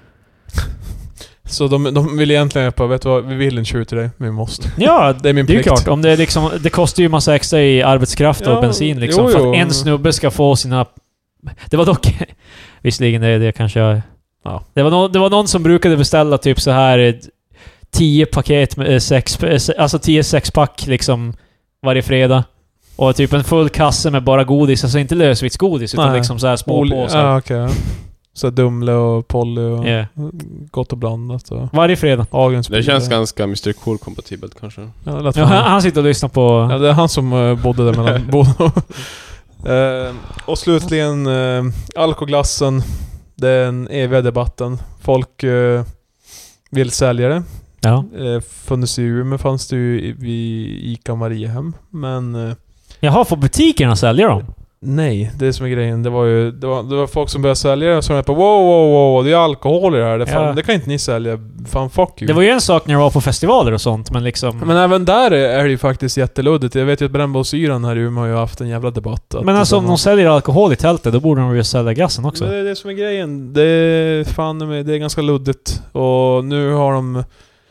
Så de vill egentligen bara, vet du vad, vi vill inte köra till dig, men vi måste. Ja, Det är min det är ju plikt. klart. Om det, är liksom, det kostar ju massa extra i arbetskraft Ja, och bensin liksom. jo, För jo. att en snubbe ska få sina... Det var dock... Visserligen, det kanske jag... Ja. Det var någon som brukade beställa typ så här 10 paket med 10 sexpack liksom varje fredag. Och typ en full kasse med bara godis. Alltså inte lösviktsgodis utan Nej. liksom så här små påsar. Ja, okej. Så Dumle och Polly och Ja. gott och blandat. Och Varje fredag. Agens Det känns ganska Mr. Cool-kompatibelt kanske. Ja, det lät Ja, fan. han sitter och lyssnar på... Ja, det är han som bodde där mellan båda. Och slutligen alkoglassen. Det är den eviga debatten. Folk vill sälja det. Ja. Funnits i Umeå, fanns det ju vid Ica Mariehem. Men Jaha, får butikerna sälja dem? nej, det är som är grejen. Det var folk som började sälja det och som var på wow, det är alkohol i det här. Det kan inte ni sälja. Fan, fuck you. Det var ju en sak när det var på festivaler och sånt, men liksom... Men även där är det ju faktiskt jätteluddigt. Jag vet ju att Brännbollsyran här i Umeå har ju haft en jävla debatt. Men alltså om de säljer alkohol i tältet, då borde de ju sälja gassen också. Men det är det som är grejen. Det är ganska luddigt. Och nu har de...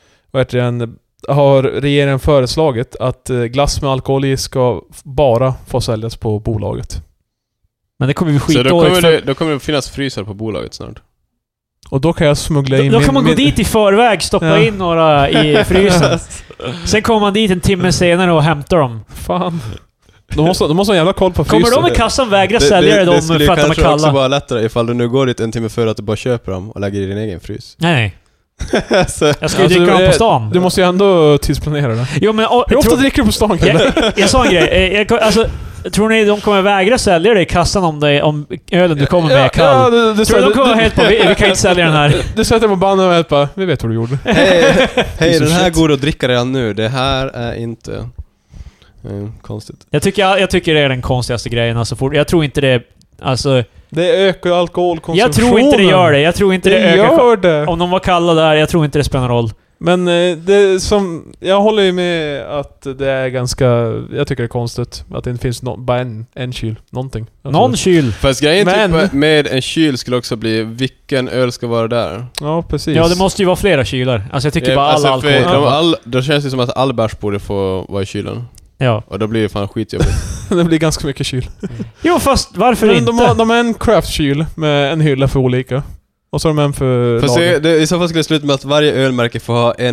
har regeringen föreslagit att glass med alkohol i ska bara få säljas på bolaget. Men det kommer vi Så skitdåligt då kommer det finnas frysar på bolaget snart. Och då kan jag smuggla in Då kan man gå dit i förväg, stoppa Ja. in några i frysen. Sen kommer man dit en timme senare och hämtar dem. Fan. De måste ha jävla koll på frysen. Kommer de i kassan vägra sälja dem skulle för att de är kanske också kalla? vara lättare ifall du nu går dit en timme före att du bara köper dem och lägger i din egen frys. Nej. Så, Jag ska ju Alltså, dricka dem på stan. Du måste ju ändå tidsplanera det. Jo, men... Hur ofta dricker du på stan, Kalle? jag sa en grej. Tror ni de kommer vägra sälja det i kassan om ölen du kommer med är kall? du Tror du de kommer vara helt på... Vi kan inte sälja den här. Du sätter på banden och bara, vi vet vad du gjorde. hej, så den här shit. går att dricka redan nu. Det här är inte konstigt. Jag tycker det är den konstigaste grejen. Alltså, jag tror inte det... Alltså... Det ökar ju alkoholkonsumtionen. Jag tror inte det gör det. Jag tror inte det ökar... gör det. Om de var kalla där, jag tror inte det spelar roll. Men det som... Jag håller ju med att det är ganska... Jag tycker det är konstigt att det inte finns bara en kyl. Någonting. Alltså, Någon kyl. Fast grejen Men- typ med en kyl skulle också bli vilken öl ska vara där. Ja, precis. Ja, det måste ju vara flera kylar. Alltså jag tycker bara all Alltså, för alkohol. då känns det som att all bärs borde få vara i kylen. Ja. Och då blir det fan skitjobbigt. Det blir ganska mycket kyl. Jo, fast varför Men inte? de har en craftkyl med en hylla för olika. Och så har de en för Fast lager. i så fall skulle det sluta med att varje ölmärke får ha en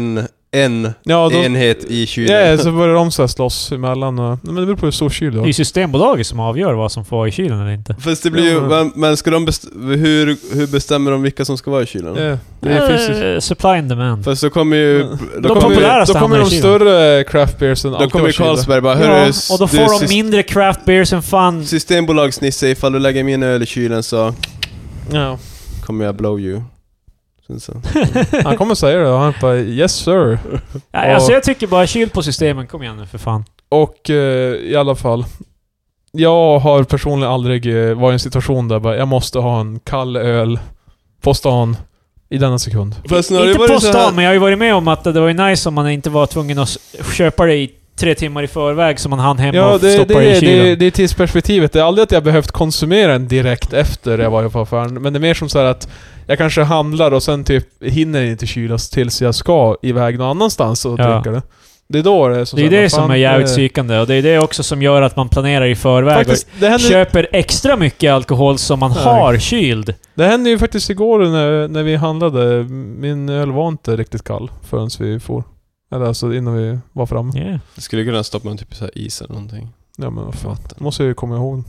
en enhet i kylen. Ja, så börjar de så här slåss emellan. Men det beror på hur stor kyl du Det har. är ju Systembolaget som avgör vad som får vara i kylen eller inte. Fast det blir ju... Men ska de hur bestämmer de vilka som ska vara i kylen? Ja, det finns Supply and demand. Fast så kommer ju... De populära då kommer de större craft beersen. Då kommer Carlsberg bara, ja, och då får de mindre craft beers än fan. Systembolagsnisse, ifall du lägger min öl i kylen så Ja. kommer jag blow you. Så. Han kommer säga det och han bara yes sir. Ja, alltså jag tycker bara kyl på systemen, kom igen nu för fan. Och i alla fall, jag har personligen aldrig varit i en situation där bara, jag måste ha en kall öl på stan i denna sekund. Inte på stan, men jag har ju varit med om att det var ju nice om man inte var tvungen att köpa det i 3 timmar i förväg som man hann hemma och stoppa i kylen. Det är tidsperspektivet. Det är aldrig att jag behövt konsumera den direkt efter jag var på affären. Men det är mer som så här att jag kanske handlar och sen typ hinner inte kylas tills jag ska iväg någon annanstans och dricka det. Det är då det är så. Det är det som är jävligt psykande, och det är det också som gör att man planerar i förväg faktiskt, och köper extra mycket alkohol som man har kyld. Det hände ju faktiskt igår när vi handlade. Min öl var inte riktigt kall förrän vi får. Eller alltså innan vi var framme. Yeah. Det skulle kunna stoppa med typ så här is eller någonting. Ja men vad fan. Måste jag ju komma ihåg.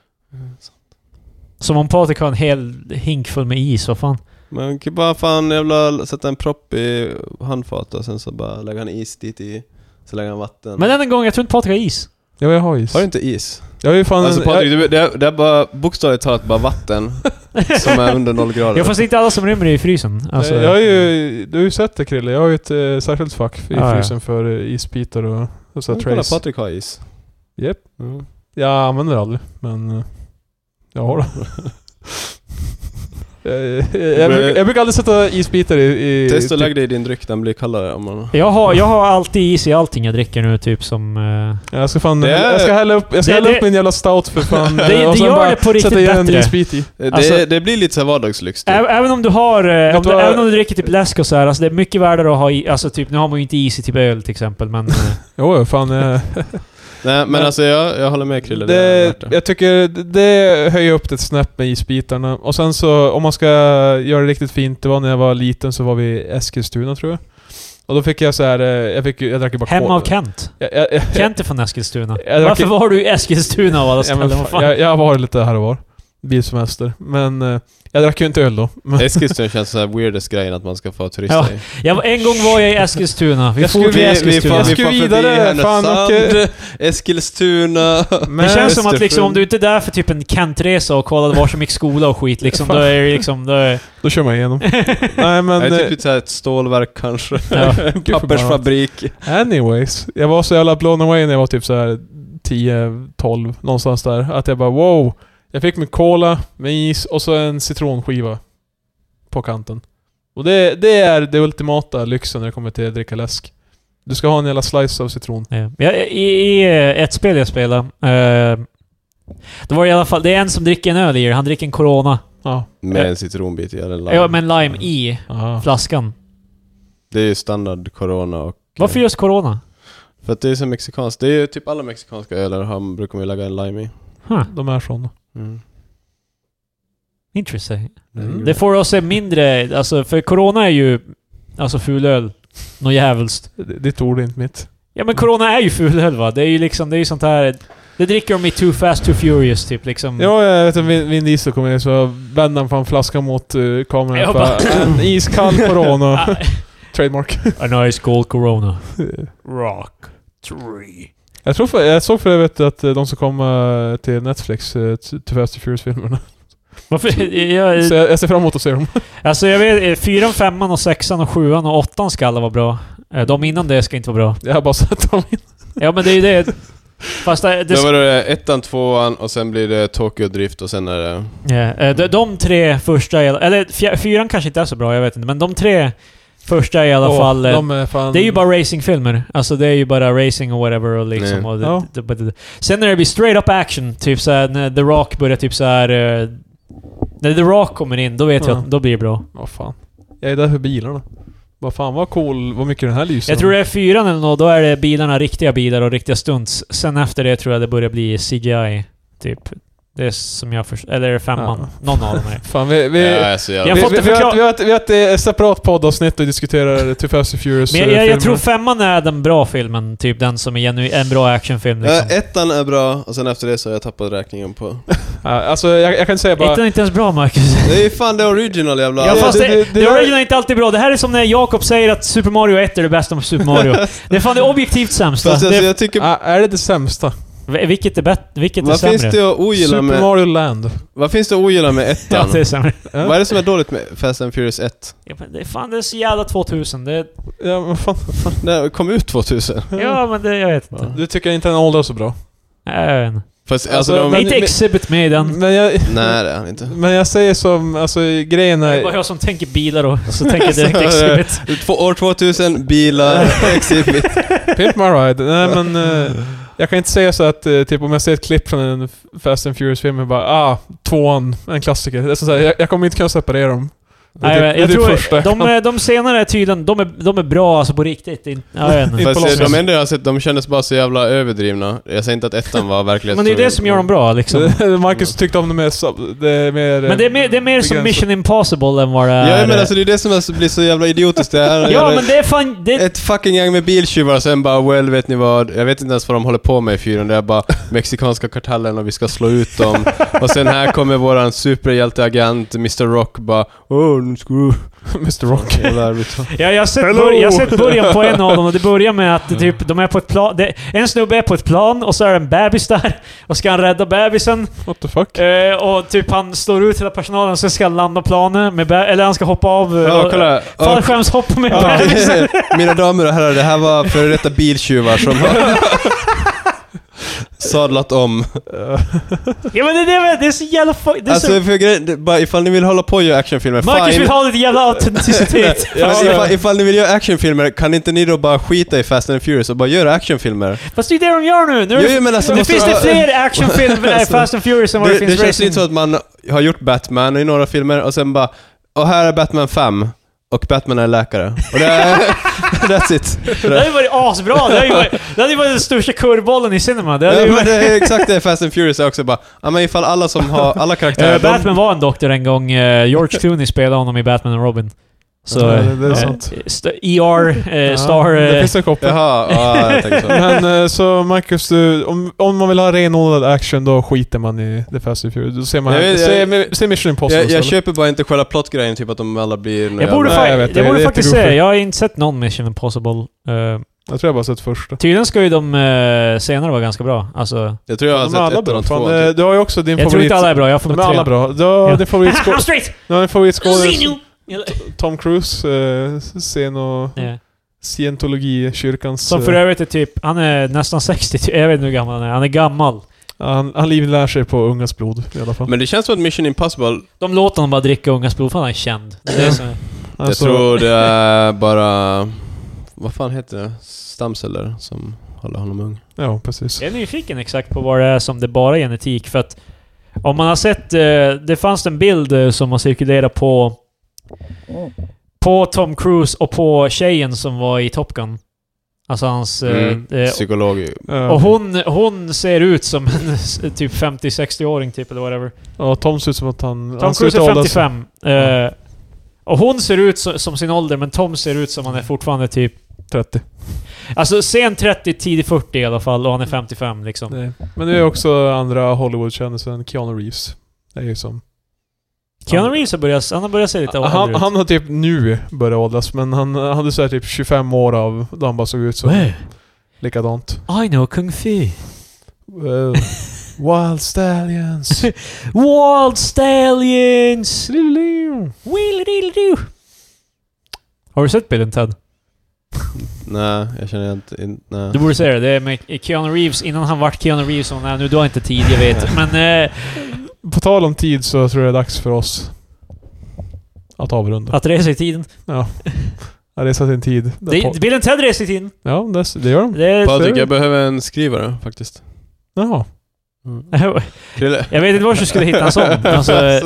Som om Patrik har en hel hink full med is, vad fan. Man kan bara fan jävla sätta en propp i handfatet och sen så bara lägga en is dit i. Så lägger han vatten. Men en gång, jag tror inte Patrik har is. Ja, jag har is. Har du inte is? Jag är ju fan... Alltså Patrik, det är bara bokstavligt talat bara vatten som är under 0 grader. Ja, fast inte alla som rymmer i frysen. Alltså, jag har ju... Du har ju sett det, Krille. Jag har ju ett särskilt fack i frysen för isbitar och så trace. Patrik har is. Japp. Jag använder aldrig, men... jag har det. Jag brukar aldrig sätta isbitar i testa att lägga det i din dryck, den blir kallare om man... Jag har alltid is i allting jag dricker nu, typ som... Jag ska fan... Jag ska hälla upp min jävla stout för fan. Det gör det på riktigt bättre. Isbit i. Det blir lite så här vardagslyx typ. Även om du har... även om du dricker typ läsk och så här, alltså det är mycket värdare att ha i... Alltså typ, nu har man ju inte is i typ öl till exempel, men... Jo, fan... Nej, men alltså jag håller med Krille. Jag tycker det höjer upp det snäpp med isbitarna. Och sen så, om man ska göra det riktigt fint, det var när jag var liten så var vi i Eskilstuna tror jag. Och då fick jag så här, jag drack ju bara Hem av Kent. Kent är från Eskilstuna. Varför var du i Eskilstuna av alla ställen? Jag har varit lite här och var. Bilsemester. Men jag drack ju inte öl då. Eskilstuna känns så här weirdest grejen att man ska få turista i. En gång var jag i Eskilstuna. Vi får vidare. Fan, Eskilstuna. Det känns som att liksom, om du inte är där för typ en Kent-resa och kollade var som gick skola och skit liksom, då är det liksom... Då kör man igenom. Nej, men... Det är typ ett stålverk kanske. Ja. Pappersfabrik. Anyways. Jag var så jävla blown away när jag var typ så här 10-12, någonstans där. Att jag bara, wow. Jag fick min cola med is och så en citronskiva på kanten. Och det är det ultimata lyxen när det kommer till att dricka läsk. Du ska ha en jävla slice av citron. Ja, i ett spel jag spelade, det var i alla fall, det är en som dricker en öl i det. Han dricker en Corona. Ja. Med en citronbit i eller lime. Ja, med en lime i flaskan. Det är ju standard Corona och... Varför just Corona? För att det är så mexikanskt. Det är ju typ alla mexikanska öler brukar man ju lägga en lime i. De är såna. Interesting. Det får oss se mindre... Alltså, för Corona är ju... Alltså fulöl. Något jävligt. Det ord är inte mitt. Ja, men Corona är ju fulöl, va? Det är ju liksom... Det är ju sånt här... Det dricker de i Too Fast, Too Furious, typ liksom. Ja, jag vet att Vin Diesel kommer in så vänder han på en flaska mot kameran. En iskall Corona. Trademark. A nice cold Corona. Rock 3. Jag såg för övrigt att de ska komma till Netflix Too Fast, Too Furious-filmerna. Varför? Så jag ser fram emot att se dem. Alltså jag vet, 4, 5 och 6 och 7 och 8 ska alla vara bra. De innan det ska inte vara bra. Jag har bara sett dem in. Ja, men det är ju det. Fast då var det 1, 2 och sen blir det Tokyo Drift och sen är det... Ja, de 3 första... Eller 4 kanske inte är så bra, jag vet inte. Men de 3 första i alla fall... De är fan... Det är ju bara racingfilmer. Alltså det är ju bara racing och whatever och liksom... Och sen när det blir straight up action, typ såhär när The Rock börjar typ såhär... När The Rock kommer in, då vet jag att då blir det bra. Vad fan. Jag är där för bilarna. Vad fan, vad cool, vad mycket den här lyser. Jag tror det är 4 eller något, då är det bilarna riktiga bilar och riktiga stunts. Sen efter det tror jag det börjar bli CGI, typ. Det är som jag eller är det femman? Någon av dem är. Fan, Jag har fått det förklarat. Vi har ett separat poddavsnitt och diskuterar Too Fast and Furious. Men jag tror femman är den bra filmen. Typ den som är en bra actionfilm. Liksom. Ettan är bra, och sen efter det så har jag tappat räkningen på. Alltså, jag kan säga bara... Ettan är inte ens bra, Marcus. Det är fan det original jävla... Ja, fast det original är inte alltid bra. Det här är som när Jakob säger att Super Mario 1 är det bästa med Super Mario. Det är fan det objektivt sämsta. Fast alltså, jag tycker... Är det sämsta? Vilket är bättre? Vilket är vad sämre? Finns det att ogilla Super Mario Land. Vad finns det att ogilla med ettan? Ja, det är sämre. Vad är det som är dåligt med Fast and Furious 1? Ja, men det är så jävla 2000. Ja, men fan. Det kom ut 2000. Ja, men jag vet inte. Du tycker inte den åldrar så bra? Nej. Fast, alltså, men, inte Exhibit med i den. Nej, det är han inte. Men jag säger som... Alltså, grejen är... Det är bara jag som tänker bilar och så tänker jag direkt Exhibit. År 2000, bilar, Exhibit. Pimp My Ride. Nej, men... jag kan inte säga så att typ om jag ser ett klipp från en Fast and Furious-film och bara tvåan, en klassiker. Det är så här, jag kommer inte kunna separera dem. Nej, jag tror de senare tydligen, de är bra alltså på riktigt. Fast de ändå jag har sett, de kändes bara så jävla överdrivna. Jag säger inte att ettan var verkligen. Men det är det som gör dem bra liksom. Marcus tyckte om det mer... Men det är mer som Mission Impossible än vad det är. Ja, men alltså det är det som blir så jävla idiotiskt. Det är ja, men det är fan... Ett fucking gäng med biltjuvar och sen bara, vet ni vad? Jag vet inte ens vad de håller på med i fyren. Det är bara mexikanska kartellen och vi ska slå ut dem. Och sen här kommer våran superhjälteagent Mr. Rock bara, Mr. Rock. Ja, jag har sett början på en av dem och det börjar med att typ, de är på ett plan. En snubbe är på ett plan och så är det en bebis där och ska han rädda bebisen. What the fuck? Och typ han slår ut hela personalen och så ska han landa planet med eller han ska hoppa av. Ja, kolla. Fallskärmshoppa med bebisen. Mina damer och herrar, det här var före detta biltjuvar som sadlat om. Ja, men det är så jävla... Alltså bara ifall ni vill hålla på och göra actionfilmer, Marcus vill ha lite jävla autenticitet. ifall ni vill göra actionfilmer, kan inte ni då bara skita i Fast and Furious och bara göra actionfilmer? Fast det är det de gör nu. Men alltså, det finns det fler actionfilmer i Fast and Furious än vad det finns racing. Det känns lite så att man har gjort Batman i några filmer och sen bara, och här är Batman 5 och Batman är läkare. Och det är... That's it. Det hade ju varit asbra. Det hade ju varit den största kurvbollen i cinema. Men det är exakt det Fast and Furious är också bara. Ja, men ifall alla som har alla karaktärer... Batman var en doktor en gång. George Clooney spelade honom i Batman och Robin. Så, det är sant. Star... det finns en koppling. Jaha, jag tänker så. Men så Marcus, om man vill ha renodlad action då skiter man i The Fast and Furious. Då ser man ser Mission Impossible. Jag köper bara inte själva plotgrejen, typ att de alla blir... Jag borde faktiskt säga, jag har inte sett någon Mission Impossible. Jag tror jag bara sett första. Tydligen ska ju de senare vara ganska bra. Alltså, jag tror jag har sett ett och två. Du har ju också din favorit... Jag tror inte alla är bra, jag får de är alla bra. Du har din favoritskådespelare Tom Cruise, scientologi-kyrkans... Som för övrigt är typ... Han är nästan 60, jag vet inte hur gammal han är. Han är gammal. Han livlär sig på ungas blod i alla fall. Men det känns som att Mission Impossible... De låter honom bara dricka ungas blod, för han är känd. Det är så. Jag tror det är bara... Vad fan heter det? Stamceller som håller honom ung. Ja, precis. Jag är nyfiken exakt på vad det är som det bara är genetik, för att om man har sett... det fanns en bild som har cirkulerat på Tom Cruise och på tjejen som var i Top Gun. Alltså hans... psykolog. Och hon ser ut som en typ 50-60-åring typ, eller whatever. Ja, Tom ser ut som att han... Tom Cruise är 55. Och hon ser ut som sin ålder, men Tom ser ut som han är fortfarande typ 30. Alltså sen 30, tidig 40 i alla fall, och han är 55 liksom. Nej. Men det är också andra Hollywood-kändisen, Keanu Reeves. Det är ju som... Keanu Reeves har börjat se lite åldrig ut. Han har typ nu börjat åldras, men han hade så här typ 25 år av då han bara såg ut som likadant. I know Kung Fu. Wild Stallions. Wild Stallions. Har du sett Bill & Ted? Nej, jag känner inte... Nej. Du borde säga det. Det är med Keanu Reeves innan han vart Keanu Reeves. Och nej, nu du har inte tid, jag vet. Men... på tal om tid så tror jag det är dags för oss att avrunda. Att resa i tiden? Ja. Att resa till en tid. Bill & Ted reser i tiden? Ja, det gör de. Patrik, jag behöver en skrivare faktiskt. Jaha. Jag vet inte var du skulle hitta en sån. Alltså,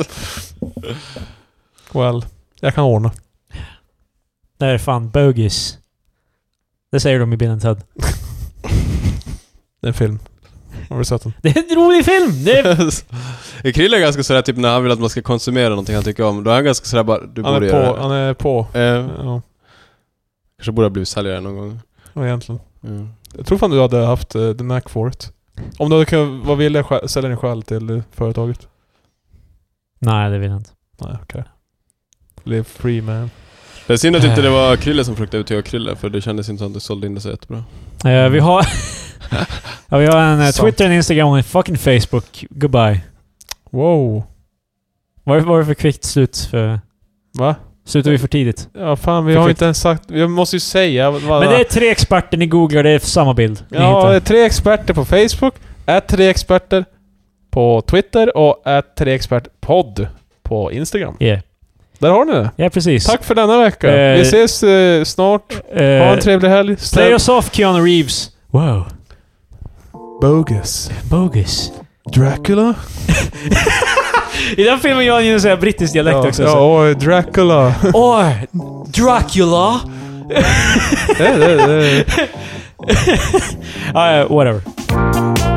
well, jag kan ordna. Det är fan bogus. Det säger de i Bill & Ted. Det är en film. Har du sett den? Det är en rolig film! Det är... Krille är ganska sådär typ när han vill att man ska konsumera någonting han tycker om. Då är han ganska sådär bara, du borde göra det. Han är på. Ja. Kanske borde ha blivit säljare någon gång. Ja, egentligen. Jag tror fan du hade haft the knack for it. Om du hade kunnat vara villig att sälja din själ till företaget. Nej, det vill jag inte. Nej, okej. Live free, man. Det är synd att inte det var Krille som försökte utgöra Krille, för det kändes inte som att du sålde in det så jättebra. Vi har... vi har en Twitter, en Instagram och en fucking Facebook. Goodbye. Wow. Var det för kvickt slut för... Va? Slutar vi för tidigt? Ja, fan, vi har inte ens sagt... Vi måste ju säga... Men det är 3 experter, ni googlar, det är samma bild. Ja, det är 3 experter på Facebook, 3 experter på Twitter och 3 experter podd på Instagram. Yeah. Där har ni det. Ja, precis. Tack för denna vecka. Vi ses snart. Ha en trevlig helg. Play us off, Keanu Reeves. Wow. Bogus. Dracula. I den filmen gör han ju en brittisk dialekt också. Ja, och Dracula. Dracula. det. Whatever.